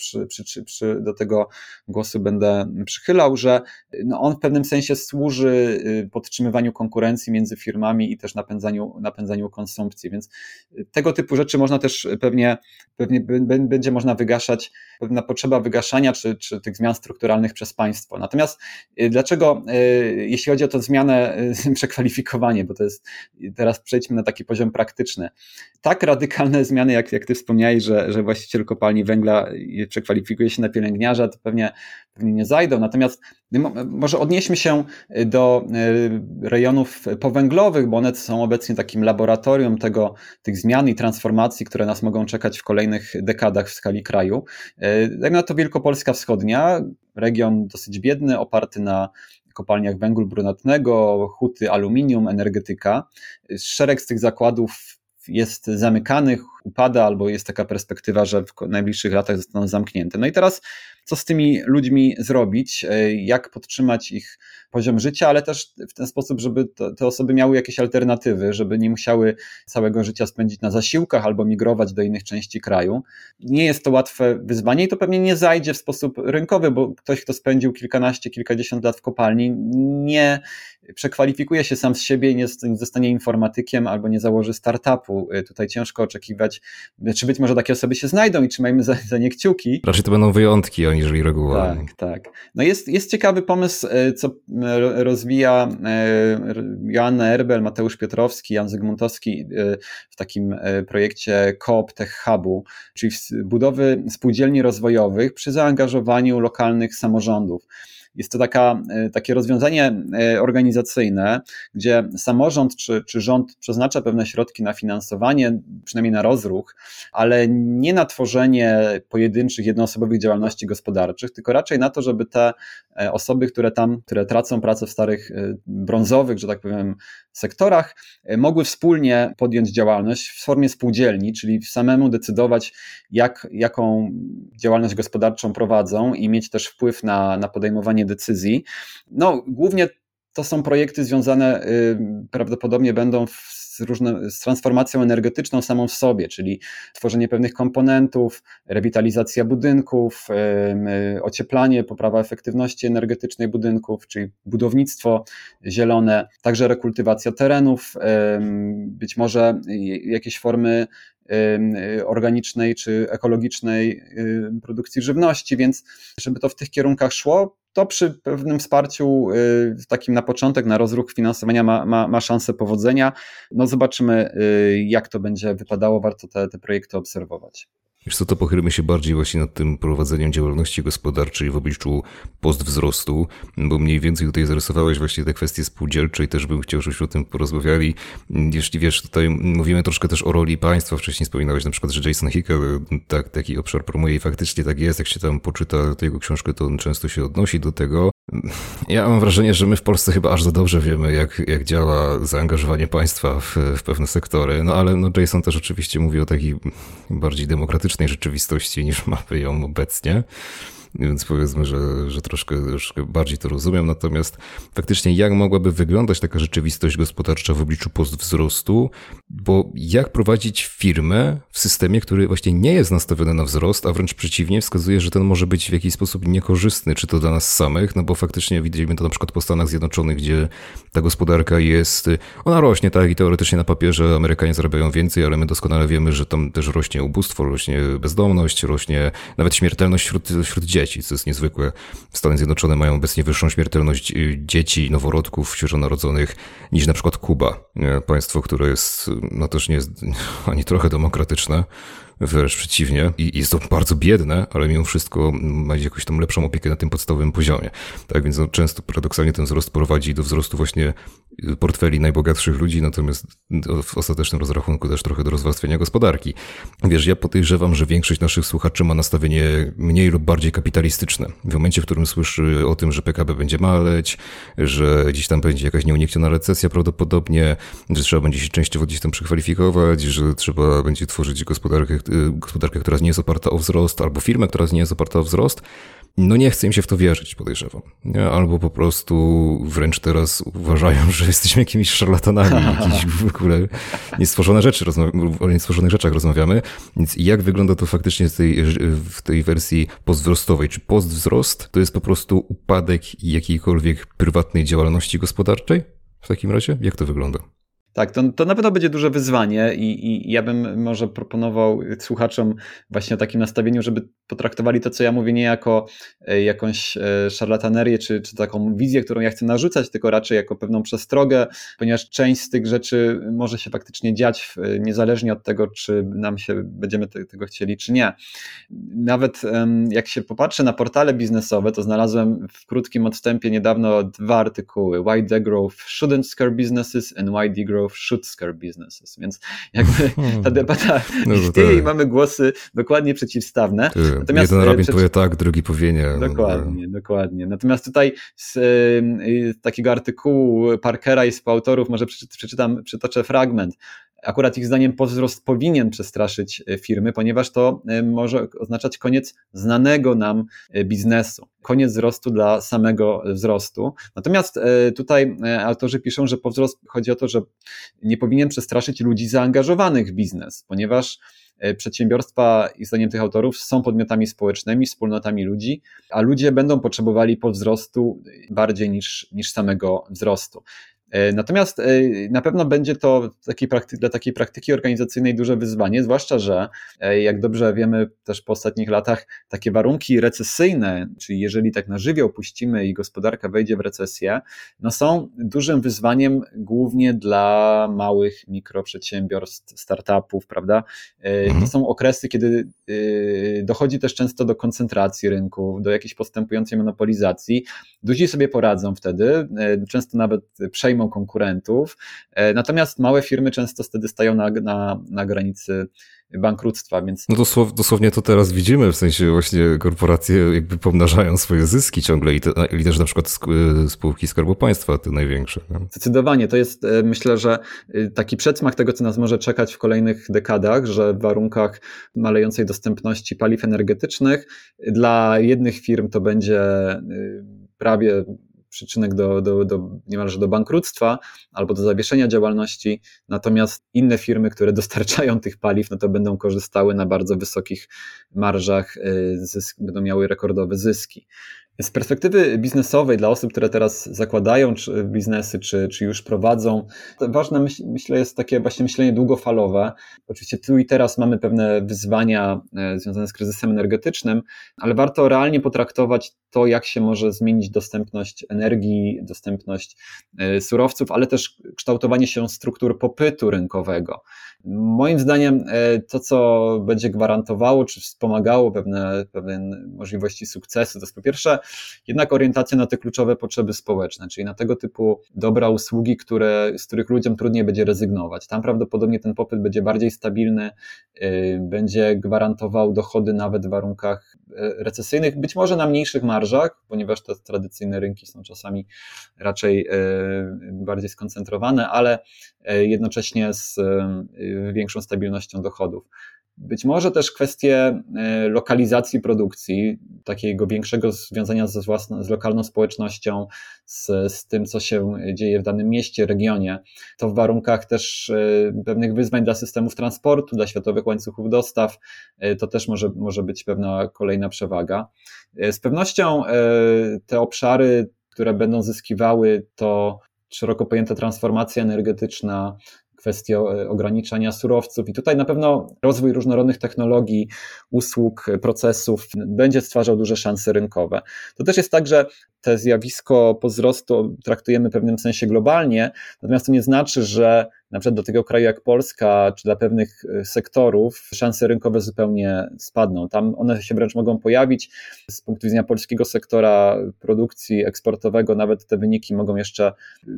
C: do tego głosu będę przychylał, że on w pewnym sensie służy podtrzymywaniu konkurencji między firmami i też napędzaniu konsumpcji, więc tego typu rzeczy można też pewnie będzie można wygaszać, pewna potrzeba wygaszania czy tych zmian strukturalnych przez państwo. Natomiast dlaczego, jeśli chodzi o tę zmianę, przekwalifikowanie, bo to jest, teraz przejdźmy na taki poziom praktyczny. Tak radykalne zmiany, jak ty wspomniałeś, że właściciel kopalni węgla przekwalifikuje się na pielęgniarza, to pewnie nie zajdą. Natomiast może odnieśmy się do rejonów powęglowych, bo one są obecnie takim laboratorium tych zmian i transformacji, które nas mogą czekać w kolejnych dekadach w skali kraju. Jak na to Wielkopolska Wschodnia, region dosyć biedny, oparty na kopalniach węgla brunatnego, huty, aluminium, energetyka. Szereg z tych zakładów jest zamykanych, upada, albo jest taka perspektywa, że w najbliższych latach zostaną zamknięte. No i teraz co z tymi ludźmi zrobić, jak podtrzymać ich poziom życia, ale też w ten sposób, żeby te osoby miały jakieś alternatywy, żeby nie musiały całego życia spędzić na zasiłkach albo migrować do innych części kraju. Nie jest to łatwe wyzwanie i to pewnie nie zajdzie w sposób rynkowy, bo ktoś, kto spędził kilkanaście, kilkadziesiąt lat w kopalni, nie przekwalifikuje się sam z siebie i nie zostanie informatykiem albo nie założy startupu. Tutaj ciężko oczekiwać, czy być może takie osoby się znajdą i trzymajmy za nie kciuki.
B: Raczej to będą wyjątki, aniżeli reguła.
C: Tak. No jest ciekawy pomysł, co rozwija Joanna Erbel, Mateusz Piotrowski, Jan Zygmuntowski w takim projekcie Coop Tech Hubu, czyli budowy spółdzielni rozwojowych przy zaangażowaniu lokalnych samorządów. Jest to takie rozwiązanie organizacyjne, gdzie samorząd czy rząd przeznacza pewne środki na finansowanie, przynajmniej na rozruch, ale nie na tworzenie pojedynczych, jednoosobowych działalności gospodarczych, tylko raczej na to, żeby te osoby, które tracą pracę w starych brązowych, że tak powiem, sektorach, mogły wspólnie podjąć działalność w formie spółdzielni, czyli samemu decydować, jaką działalność gospodarczą prowadzą i mieć też wpływ na podejmowanie decyzji. No, głównie to są projekty związane, prawdopodobnie będą z transformacją energetyczną samą w sobie, czyli tworzenie pewnych komponentów, rewitalizacja budynków, ocieplanie, poprawa efektywności energetycznej budynków, czyli budownictwo zielone, także rekultywacja terenów, być może jakieś formy organicznej czy ekologicznej produkcji żywności, więc żeby to w tych kierunkach szło, to przy pewnym wsparciu takim na początek, na rozruch finansowania ma szansę powodzenia. No zobaczymy, jak to będzie wypadało, warto te projekty obserwować.
B: Wiesz co, to pochylmy się bardziej właśnie nad tym prowadzeniem działalności gospodarczej w obliczu postwzrostu, bo mniej więcej tutaj zarysowałeś właśnie te kwestie spółdzielcze i też bym chciał, żebyśmy o tym porozmawiali. Jeśli wiesz, tutaj mówimy troszkę też o roli państwa, wcześniej wspominałeś na przykład, że Jason Hickel taki obszar promuje i faktycznie tak jest, jak się tam poczyta jego książkę, to on często się odnosi do tego. Ja mam wrażenie, że my w Polsce chyba aż za dobrze wiemy, jak działa zaangażowanie państwa w pewne sektory, no ale Jason też oczywiście mówi o takiej bardziej demokratycznej rzeczywistości niż mamy ją obecnie. Więc powiedzmy, że troszkę bardziej to rozumiem. Natomiast faktycznie jak mogłaby wyglądać taka rzeczywistość gospodarcza w obliczu postwzrostu? Bo jak prowadzić firmę w systemie, który właśnie nie jest nastawiony na wzrost, a wręcz przeciwnie wskazuje, że ten może być w jakiś sposób niekorzystny, czy to dla nas samych, no bo faktycznie widzimy to na przykład po Stanach Zjednoczonych, gdzie ta gospodarka ona rośnie, tak, i teoretycznie na papierze Amerykanie zarabiają więcej, ale my doskonale wiemy, że tam też rośnie ubóstwo, rośnie bezdomność, rośnie nawet śmiertelność wśród dzieci, co jest niezwykłe. Stany Zjednoczone mają obecnie wyższą śmiertelność dzieci, noworodków, świeżonarodzonych niż na przykład Kuba. Państwo, które jest, no też nie jest ani trochę demokratyczne, wręcz przeciwnie. I jest to bardzo biedne, ale mimo wszystko ma jakąś tam lepszą opiekę na tym podstawowym poziomie. Tak więc często paradoksalnie ten wzrost prowadzi do wzrostu właśnie portfeli najbogatszych ludzi, natomiast w ostatecznym rozrachunku też trochę do rozwarstwienia gospodarki. Wiesz, ja podejrzewam, że większość naszych słuchaczy ma nastawienie mniej lub bardziej kapitalistyczne. W momencie, w którym słyszy o tym, że PKB będzie maleć, że gdzieś tam będzie jakaś nieunikniona recesja prawdopodobnie, że trzeba będzie się częściowo gdzieś tam przekwalifikować, że trzeba będzie tworzyć gospodarkę, która nie jest oparta o wzrost, albo firmę, która nie jest oparta o wzrost, no nie chce im się w to wierzyć, podejrzewam. Nie? Albo po prostu wręcz teraz uważają, że jesteśmy jakimiś szarlatanami, jakieś w ogóle o niestworzonych rzeczach rozmawiamy. Więc jak wygląda to faktycznie w tej wersji postwzrostowej? Czy postwzrost to jest po prostu upadek jakiejkolwiek prywatnej działalności gospodarczej? W takim razie? Jak to wygląda?
C: Tak, to na pewno będzie duże wyzwanie i ja bym może proponował słuchaczom właśnie o takim nastawieniu, żeby potraktowali to, co ja mówię, nie jako jakąś szarlatanerię czy taką wizję, którą ja chcę narzucać, tylko raczej jako pewną przestrogę, ponieważ część z tych rzeczy może się faktycznie dziać niezależnie od tego, czy będziemy tego chcieli, czy nie. Nawet jak się popatrzy na portale biznesowe, to znalazłem w krótkim odstępie niedawno 2 artykuły: Why Degrowth Shouldn't Scare Businesses and Why Degrowth Should Scare Businesses, więc jakby ta debata istnieje i mamy głosy dokładnie przeciwstawne.
B: Natomiast jeden rabin powie tak, drugi powie nie.
C: Dokładnie. Natomiast tutaj z takiego artykułu Parkera i współautorów może przytoczę fragment. Akurat ich zdaniem postwzrost powinien przestraszyć firmy, ponieważ to może oznaczać koniec znanego nam biznesu, koniec wzrostu dla samego wzrostu. Natomiast tutaj autorzy piszą, że postwzrost chodzi o to, że nie powinien przestraszyć ludzi zaangażowanych w biznes, ponieważ przedsiębiorstwa, i zdaniem tych autorów, są podmiotami społecznymi, wspólnotami ludzi, a ludzie będą potrzebowali postwzrostu bardziej niż samego wzrostu. Natomiast na pewno będzie to dla takiej praktyki organizacyjnej duże wyzwanie, zwłaszcza, że jak dobrze wiemy też po ostatnich latach, takie warunki recesyjne, czyli jeżeli tak na żywioł puścimy i gospodarka wejdzie w recesję, no są dużym wyzwaniem głównie dla małych mikroprzedsiębiorstw, startupów, prawda? To są okresy, kiedy dochodzi też często do koncentracji rynków, do jakiejś postępującej monopolizacji. Duzi sobie poradzą wtedy, często nawet przejmą konkurentów, natomiast małe firmy często wtedy stają na granicy bankructwa, więc...
B: No dosłownie to teraz widzimy, w sensie właśnie korporacje jakby pomnażają swoje zyski ciągle i też na przykład spółki Skarbu Państwa, te największe. Nie?
C: Zdecydowanie, to jest, myślę, że taki przedsmak tego, co nas może czekać w kolejnych dekadach, że w warunkach malejącej dostępności paliw energetycznych dla jednych firm to będzie prawie przyczynek niemalże do bankructwa albo do zawieszenia działalności, natomiast inne firmy, które dostarczają tych paliw, no to będą korzystały na bardzo wysokich marżach, będą miały rekordowe zyski. Z perspektywy biznesowej dla osób, które teraz zakładają biznesy, czy już prowadzą, to ważne, myślę, jest takie właśnie myślenie długofalowe. Oczywiście tu i teraz mamy pewne wyzwania związane z kryzysem energetycznym, ale warto realnie potraktować to, jak się może zmienić dostępność energii, dostępność surowców, ale też kształtowanie się struktur popytu rynkowego. Moim zdaniem to, co będzie gwarantowało, czy wspomagało pewne możliwości sukcesu, to jest po pierwsze jednak orientacja na te kluczowe potrzeby społeczne, czyli na tego typu dobra, usługi, z których ludziom trudniej będzie rezygnować. Tam prawdopodobnie ten popyt będzie bardziej stabilny, będzie gwarantował dochody nawet w warunkach recesyjnych, być może na mniejszych marżach, ponieważ te tradycyjne rynki są czasami raczej bardziej skoncentrowane, ale jednocześnie z większą stabilnością dochodów. Być może też kwestie lokalizacji produkcji, takiego większego związania z lokalną społecznością, z tym, co się dzieje w danym mieście, regionie, to w warunkach też pewnych wyzwań dla systemów transportu, dla światowych łańcuchów dostaw, to też może być pewna kolejna przewaga. Z pewnością te obszary, które będą zyskiwały, to szeroko pojęta transformacja energetyczna, kwestie ograniczania surowców i tutaj na pewno rozwój różnorodnych technologii, usług, procesów będzie stwarzał duże szanse rynkowe. To też jest tak, że to zjawisko powzrostu traktujemy w pewnym sensie globalnie, natomiast to nie znaczy, że na przykład do tego kraju jak Polska, czy dla pewnych sektorów szanse rynkowe zupełnie spadną. Tam one się wręcz mogą pojawić. Z punktu widzenia polskiego sektora produkcji eksportowego nawet te wyniki mogą jeszcze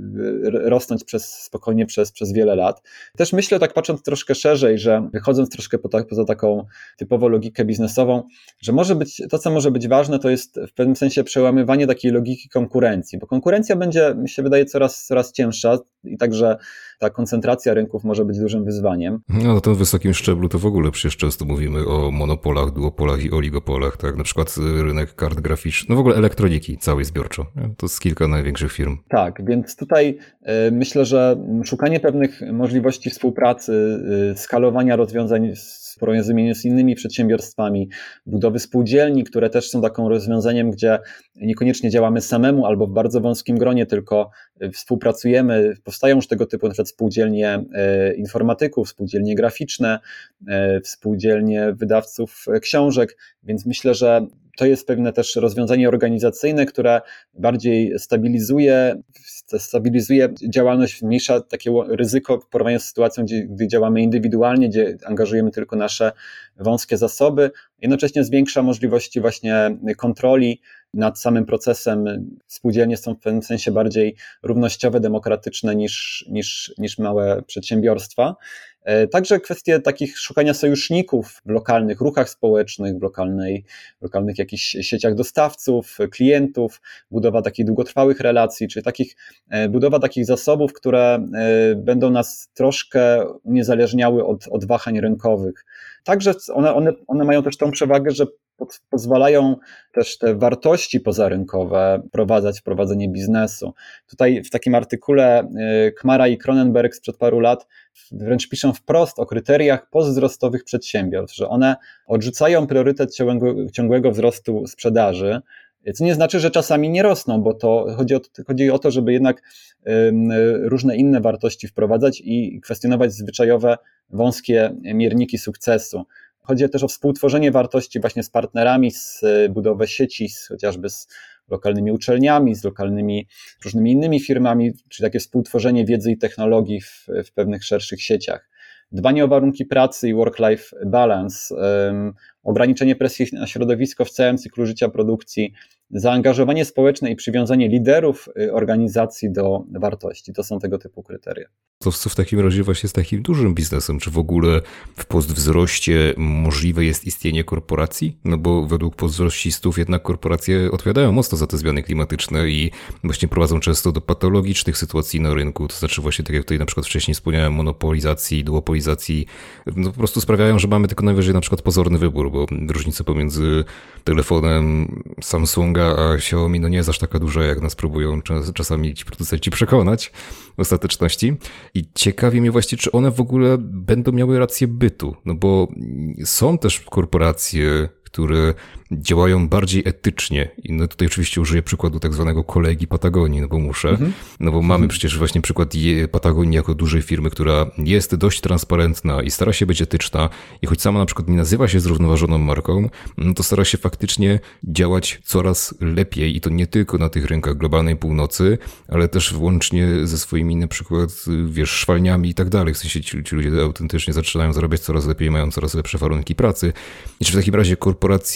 C: rosnąć spokojnie przez wiele lat. Też myślę, tak patrząc troszkę szerzej, że wychodząc troszkę poza taką typowo logikę biznesową, że to, co może być ważne, to jest w pewnym sensie przełamywanie takiej logiki konkurencji, bo konkurencja będzie, mi się wydaje, coraz cięższa i także ta koncentracja rynków może być dużym wyzwaniem.
B: No na tym wysokim szczeblu to w ogóle przecież często mówimy o monopolach, duopolach i oligopolach, tak? Na przykład rynek kart graficznych, no w ogóle elektroniki całej zbiorczo. To jest kilka największych firm.
C: Tak, więc tutaj myślę, że szukanie pewnych możliwości współpracy, skalowania rozwiązań w porozumieniu z innymi przedsiębiorstwami, budowy spółdzielni, które też są taką rozwiązaniem, gdzie niekoniecznie działamy samemu albo w bardzo wąskim gronie, tylko współpracujemy, powstają już tego typu na przykład spółdzielnie informatyków, spółdzielnie graficzne, spółdzielnie wydawców książek, więc myślę, że to jest pewne też rozwiązanie organizacyjne, które bardziej stabilizuje działalność, zmniejsza takie ryzyko w porównaniu z sytuacją, gdy działamy indywidualnie, gdzie angażujemy tylko nasze wąskie zasoby. Jednocześnie zwiększa możliwości właśnie kontroli nad samym procesem. Spółdzielnie są w pewnym sensie bardziej równościowe, demokratyczne niż małe przedsiębiorstwa. Także kwestie takich szukania sojuszników w lokalnych ruchach społecznych, w lokalnych jakichś sieciach dostawców, klientów, budowa takich długotrwałych relacji, czyli budowa takich zasobów, które będą nas troszkę uniezależniały od wahań rynkowych. Także one mają też tą przewagę, że pozwalają też te wartości pozarynkowe wprowadzać w prowadzenie biznesu. Tutaj w takim artykule Kmara i Cronenberg sprzed paru lat wręcz piszą wprost o kryteriach postwzrostowych przedsiębiorstw, że one odrzucają priorytet ciągłego wzrostu sprzedaży, co nie znaczy, że czasami nie rosną, bo to chodzi o to, żeby jednak różne inne wartości wprowadzać i kwestionować zwyczajowe, wąskie mierniki sukcesu. Chodzi też o współtworzenie wartości właśnie z partnerami, z budowę sieci, chociażby z lokalnymi uczelniami, z lokalnymi różnymi innymi firmami, czyli takie współtworzenie wiedzy i technologii w pewnych szerszych sieciach. Dbanie o warunki pracy i work-life balance, ograniczenie presji na środowisko w całym cyklu życia produkcji, zaangażowanie społeczne i przywiązanie liderów organizacji do wartości. To są tego typu kryteria.
B: To co w takim razie właśnie z takim dużym biznesem? Czy w ogóle w postwzroście możliwe jest istnienie korporacji? No bo według postwzrościstów jednak korporacje odpowiadają mocno za te zmiany klimatyczne i właśnie prowadzą często do patologicznych sytuacji na rynku. To znaczy właśnie tak jak tutaj na przykład wcześniej wspomniałem, monopolizacji, duopolizacji, no po prostu sprawiają, że mamy tylko najwyżej na przykład pozorny wybór, bo różnica pomiędzy telefonem Samsunga a Xiaomi no nie jest aż taka duża, jak nas próbują czasami ci producenci przekonać w ostateczności. I ciekawi mnie właśnie, czy one w ogóle będą miały rację bytu, no bo są też korporacje, które działają bardziej etycznie. I no tutaj oczywiście użyję przykładu tak zwanego kolegi Patagonii, no bo muszę. No bo mamy przecież właśnie przykład Patagonii jako dużej firmy, która jest dość transparentna i stara się być etyczna i choć sama na przykład nie nazywa się zrównoważoną marką, no to stara się faktycznie działać coraz lepiej i to nie tylko na tych rynkach globalnej północy, ale też włącznie ze swoimi na przykład, szwalniami i tak dalej. W sensie ci ludzie autentycznie zaczynają zarabiać coraz lepiej, mają coraz lepsze warunki pracy. I czy w takim razie korporacje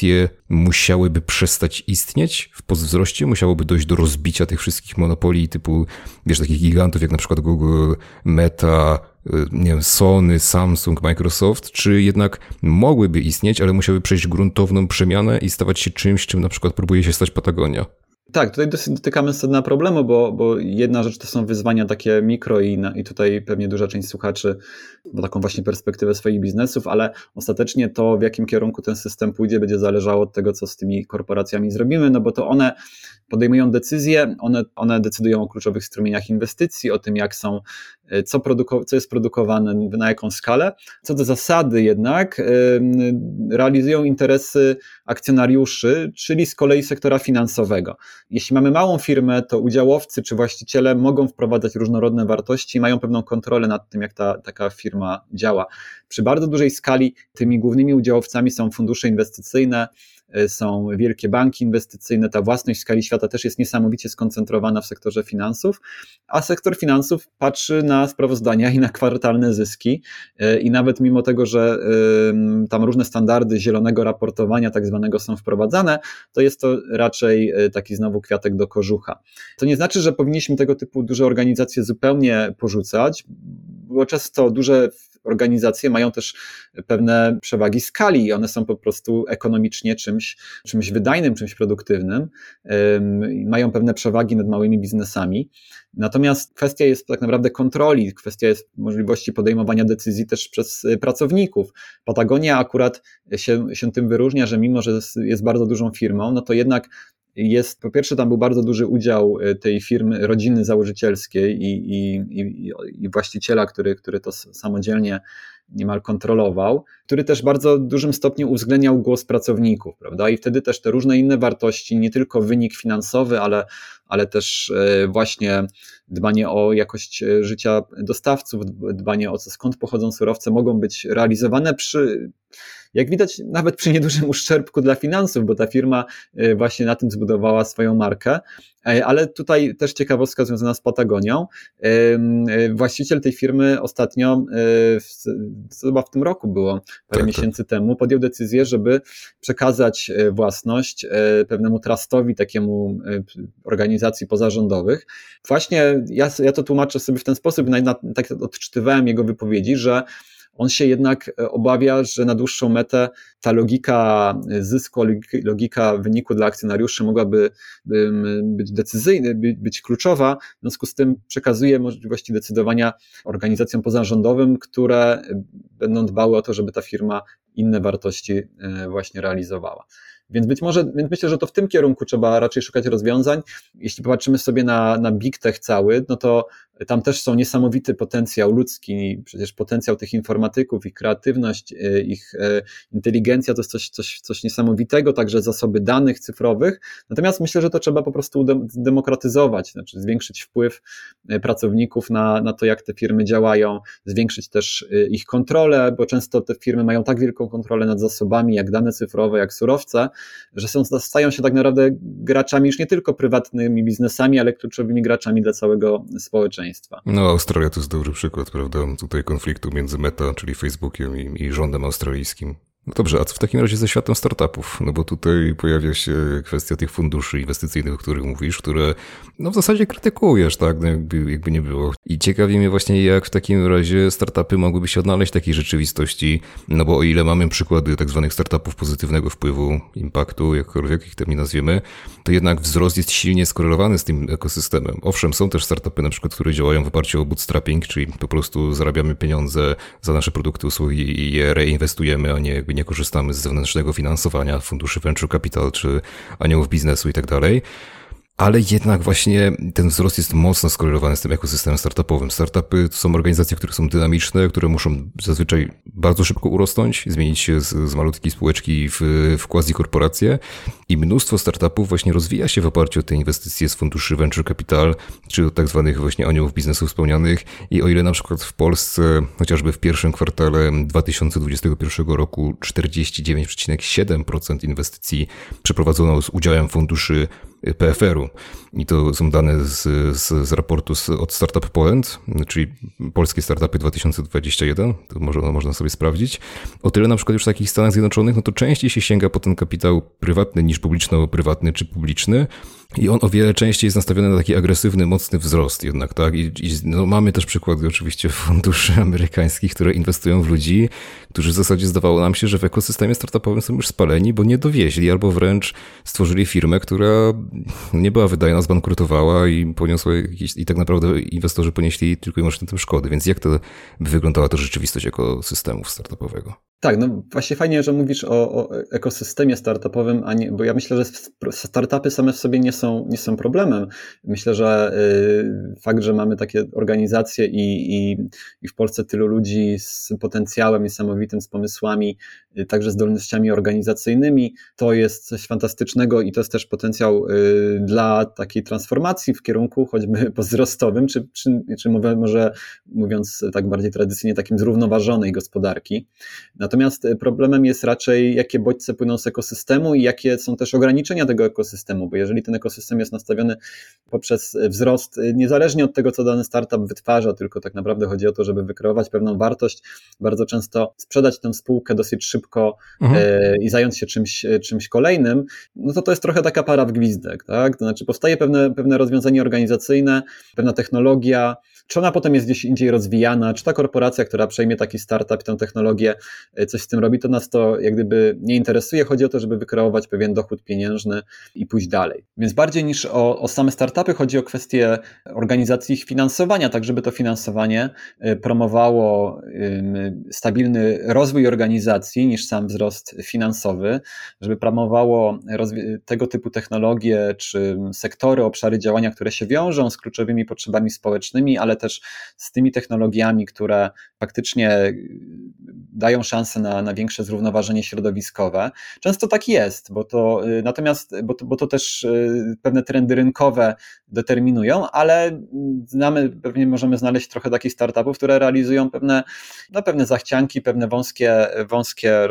B: musiałyby przestać istnieć w postwzroście, musiałoby dojść do rozbicia tych wszystkich monopolii typu, wiesz, takich gigantów jak na przykład Google, Meta, nie wiem, Sony, Samsung, Microsoft, czy jednak mogłyby istnieć, ale musiały przejść gruntowną przemianę i stawać się czymś, czym na przykład próbuje się stać Patagonia?
C: Tak, tutaj dotykamy sedna problemu, bo jedna rzecz to są wyzwania takie mikro i tutaj pewnie duża część słuchaczy ma taką właśnie perspektywę swoich biznesów, ale ostatecznie to, w jakim kierunku ten system pójdzie, będzie zależało od tego, co z tymi korporacjami zrobimy, no bo to one podejmują decyzje, one decydują o kluczowych strumieniach inwestycji, o tym, jak są, co jest produkowane, na jaką skalę. Co do zasady jednak realizują interesy akcjonariuszy, czyli z kolei sektora finansowego. Jeśli mamy małą firmę, to udziałowcy czy właściciele mogą wprowadzać różnorodne wartości i mają pewną kontrolę nad tym, jak taka firma działa. Przy bardzo dużej skali tymi głównymi udziałowcami są fundusze inwestycyjne, są wielkie banki inwestycyjne, ta własność w skali świata też jest niesamowicie skoncentrowana w sektorze finansów, a sektor finansów patrzy na sprawozdania i na kwartalne zyski i nawet mimo tego, że tam różne standardy zielonego raportowania tak zwanego są wprowadzane, to jest to raczej taki znowu kwiatek do kożucha. To nie znaczy, że powinniśmy tego typu duże organizacje zupełnie porzucać, bo często duże organizacje mają też pewne przewagi skali i one są po prostu ekonomicznie czymś wydajnym, czymś produktywnym, mają pewne przewagi nad małymi biznesami. Natomiast kwestia jest tak naprawdę kontroli, kwestia jest możliwości podejmowania decyzji też przez pracowników. Patagonia akurat się tym wyróżnia, że mimo, że jest bardzo dużą firmą, no to jednak po pierwsze tam był bardzo duży udział tej firmy, rodziny założycielskiej i właściciela, który to samodzielnie niemal kontrolował, który też w bardzo dużym stopniu uwzględniał głos pracowników, prawda? I wtedy też te różne inne wartości, nie tylko wynik finansowy, ale też właśnie dbanie o jakość życia dostawców, dbanie o to, skąd pochodzą surowce, mogą być realizowane jak widać, nawet przy niedużym uszczerbku dla finansów, bo ta firma właśnie na tym zbudowała swoją markę, ale tutaj też ciekawostka związana z Patagonią. Właściciel tej firmy ostatnio, chyba w tym roku było, parę miesięcy temu, podjął decyzję, żeby przekazać własność pewnemu trustowi, takiemu organizacji pozarządowych. Właśnie ja to tłumaczę sobie w ten sposób, tak odczytywałem jego wypowiedzi, że on się jednak obawia, że na dłuższą metę ta logika zysku, logika wyniku dla akcjonariuszy mogłaby być decyzyjna, być kluczowa, w związku z tym przekazuje możliwości decydowania organizacjom pozarządowym, które będą dbały o to, żeby ta firma inne wartości właśnie realizowała. Więc myślę, że to w tym kierunku trzeba raczej szukać rozwiązań. Jeśli popatrzymy sobie na Big Tech cały, no to tam też są niesamowity potencjał ludzki, przecież potencjał tych informatyków, ich kreatywność, ich inteligencja to jest coś niesamowitego, także zasoby danych cyfrowych. Natomiast myślę, że to trzeba po prostu zdemokratyzować, znaczy zwiększyć wpływ pracowników na to, jak te firmy działają, zwiększyć też ich kontrolę, bo często te firmy mają tak wielką kontrolę nad zasobami, jak dane cyfrowe, jak surowce, że stają się tak naprawdę graczami już nie tylko prywatnymi biznesami, ale kluczowymi graczami dla całego społeczeństwa.
B: No, Australia to jest dobry przykład, prawda? Tutaj konfliktu między Meta, czyli Facebookiem i rządem australijskim. No dobrze, a co w takim razie ze światem startupów? No bo tutaj pojawia się kwestia tych funduszy inwestycyjnych, o których mówisz, które no w zasadzie krytykujesz, tak? No jakby nie było. I ciekawi mnie właśnie, jak w takim razie startupy mogłyby się odnaleźć w takiej rzeczywistości, no bo o ile mamy przykłady tak zwanych startupów pozytywnego wpływu, impaktu, jakkolwiek ich tam nie nazwiemy, to jednak wzrost jest silnie skorelowany z tym ekosystemem. Owszem, są też startupy na przykład, które działają w oparciu o bootstrapping, czyli po prostu zarabiamy pieniądze za nasze produkty, usługi i je reinwestujemy, a nie korzystamy z zewnętrznego finansowania, funduszy venture capital czy aniołów biznesu i tak dalej. Ale jednak właśnie ten wzrost jest mocno skorelowany z tym ekosystemem startupowym. Startupy to są organizacje, które są dynamiczne, które muszą zazwyczaj bardzo szybko urosnąć, zmienić się z malutkiej spółeczki w quasi-korporacje i mnóstwo startupów właśnie rozwija się w oparciu o te inwestycje z funduszy venture capital, czy od tak zwanych właśnie aniołów biznesu wspomnianych i o ile na przykład w Polsce chociażby w pierwszym kwartale 2021 roku 49,7% inwestycji przeprowadzono z udziałem funduszy PFR-u. I to są dane z raportu od Startup Poland, czyli Polskie Startupy 2021, to można sobie sprawdzić. O tyle na przykład już w takich Stanach Zjednoczonych, no to częściej się sięga po ten kapitał prywatny niż publiczno-prywatny czy publiczny. I on o wiele częściej jest nastawiony na taki agresywny, mocny wzrost jednak, tak? I no, mamy też przykłady oczywiście funduszy amerykańskich, które inwestują w ludzi, którzy w zasadzie zdawało nam się, że w ekosystemie startupowym są już spaleni, bo nie dowieźli albo wręcz stworzyli firmę, która nie była wydajna, zbankrutowała i poniosła i tak naprawdę inwestorzy ponieśli tylko i wyłącznie tym szkody. Więc jak to by wyglądała ta rzeczywistość ekosystemu startupowego?
C: Tak, no właśnie fajnie, że mówisz o ekosystemie startupowym, a nie, bo ja myślę, że startupy same w sobie nie są problemem. Myślę, że fakt, że mamy takie organizacje i w Polsce tylu ludzi z potencjałem niesamowitym, z pomysłami, także zdolnościami organizacyjnymi, to jest coś fantastycznego i to jest też potencjał dla takiej transformacji w kierunku choćby powzrostowym, czy może mówiąc tak bardziej tradycyjnie, takim zrównoważonej gospodarki. Natomiast problemem jest raczej, jakie bodźce płyną z ekosystemu i jakie są też ograniczenia tego ekosystemu, bo jeżeli ten ekosystem jest nastawiony poprzez wzrost, niezależnie od tego, co dany startup wytwarza, tylko tak naprawdę chodzi o to, żeby wykreować pewną wartość, bardzo często sprzedać tę spółkę dosyć szybko i zająć się czymś kolejnym, no to jest trochę taka para w gwizdek, tak? To znaczy powstaje pewne rozwiązanie organizacyjne, pewna technologia, czy ona potem jest gdzieś indziej rozwijana, czy ta korporacja, która przejmie taki startup, tę technologię, coś z tym robi, to nas to jak gdyby nie interesuje. Chodzi o to, żeby wykreować pewien dochód pieniężny i pójść dalej. Więc bardziej niż o same startupy chodzi o kwestię organizacji ich finansowania, tak żeby to finansowanie promowało stabilny rozwój organizacji niż sam wzrost finansowy, żeby promowało tego typu technologie czy sektory, obszary działania, które się wiążą z kluczowymi potrzebami społecznymi, ale też z tymi technologiami, które faktycznie dają szansę na większe zrównoważenie środowiskowe. Często tak jest, bo to też pewne trendy rynkowe determinują, ale pewnie możemy znaleźć trochę takich startupów, które realizują pewne zachcianki, pewne wąskie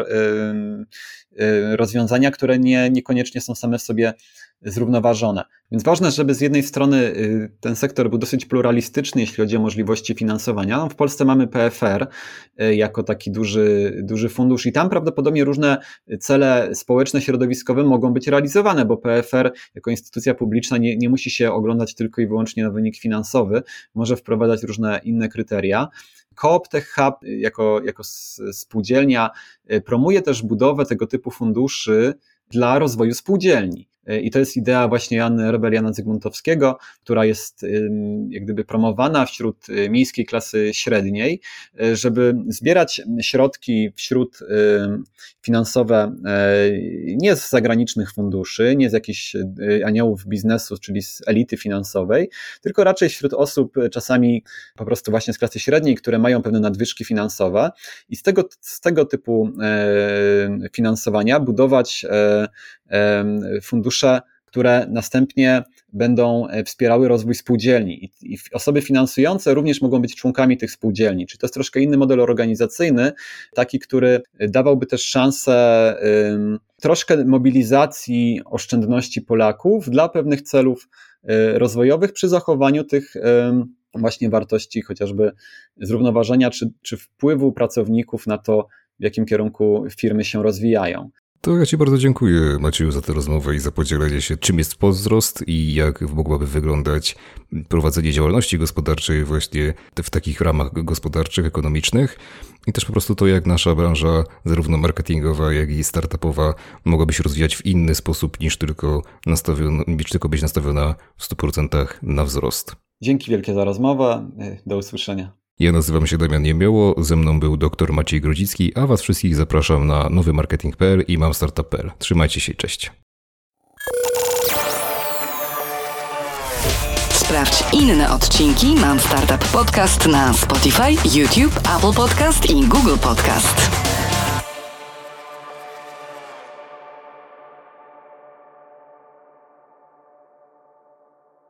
C: rozwiązania, które niekoniecznie są same w sobie zrównoważone. Więc ważne, żeby z jednej strony ten sektor był dosyć pluralistyczny, jeśli chodzi o możliwości finansowania. No, w Polsce mamy PFR jako taki duży fundusz i tam prawdopodobnie różne cele społeczne, środowiskowe mogą być realizowane, bo PFR jako instytucja publiczna nie musi się oglądać tylko i wyłącznie na wynik finansowy, może wprowadzać różne inne kryteria. Coop Tech Hub jako spółdzielnia promuje też budowę tego typu funduszy dla rozwoju spółdzielni. I to jest idea właśnie Jana Zygmuntowskiego, która jest jak gdyby promowana wśród miejskiej klasy średniej, żeby zbierać środki finansowe nie z zagranicznych funduszy, nie z jakichś aniołów biznesu, czyli z elity finansowej, tylko raczej wśród osób czasami po prostu właśnie z klasy średniej, które mają pewne nadwyżki finansowe i z tego typu finansowania budować fundusze, które następnie będą wspierały rozwój spółdzielni i osoby finansujące również mogą być członkami tych spółdzielni, czyli to jest troszkę inny model organizacyjny, taki, który dawałby też szansę troszkę mobilizacji oszczędności Polaków dla pewnych celów rozwojowych przy zachowaniu tych właśnie wartości chociażby zrównoważenia czy wpływu pracowników na to, w jakim kierunku firmy się rozwijają.
B: To ja Ci bardzo dziękuję, Macieju, za tę rozmowę i za podzielenie się, czym jest powzrost i jak mogłaby wyglądać prowadzenie działalności gospodarczej właśnie w takich ramach gospodarczych, ekonomicznych i też po prostu to, jak nasza branża zarówno marketingowa, jak i startupowa mogłaby się rozwijać w inny sposób niż tylko być nastawiona w 100% na wzrost.
C: Dzięki wielkie za rozmowę. Do usłyszenia.
B: Ja nazywam się Damian Niemioło, ze mną był dr Maciej Grodzicki, a Was wszystkich zapraszam na nowymarketing.pl i mamstartup.pl. Trzymajcie się, cześć.
A: Sprawdź inne odcinki Mam Startup Podcast na Spotify, YouTube, Apple Podcast i Google Podcast.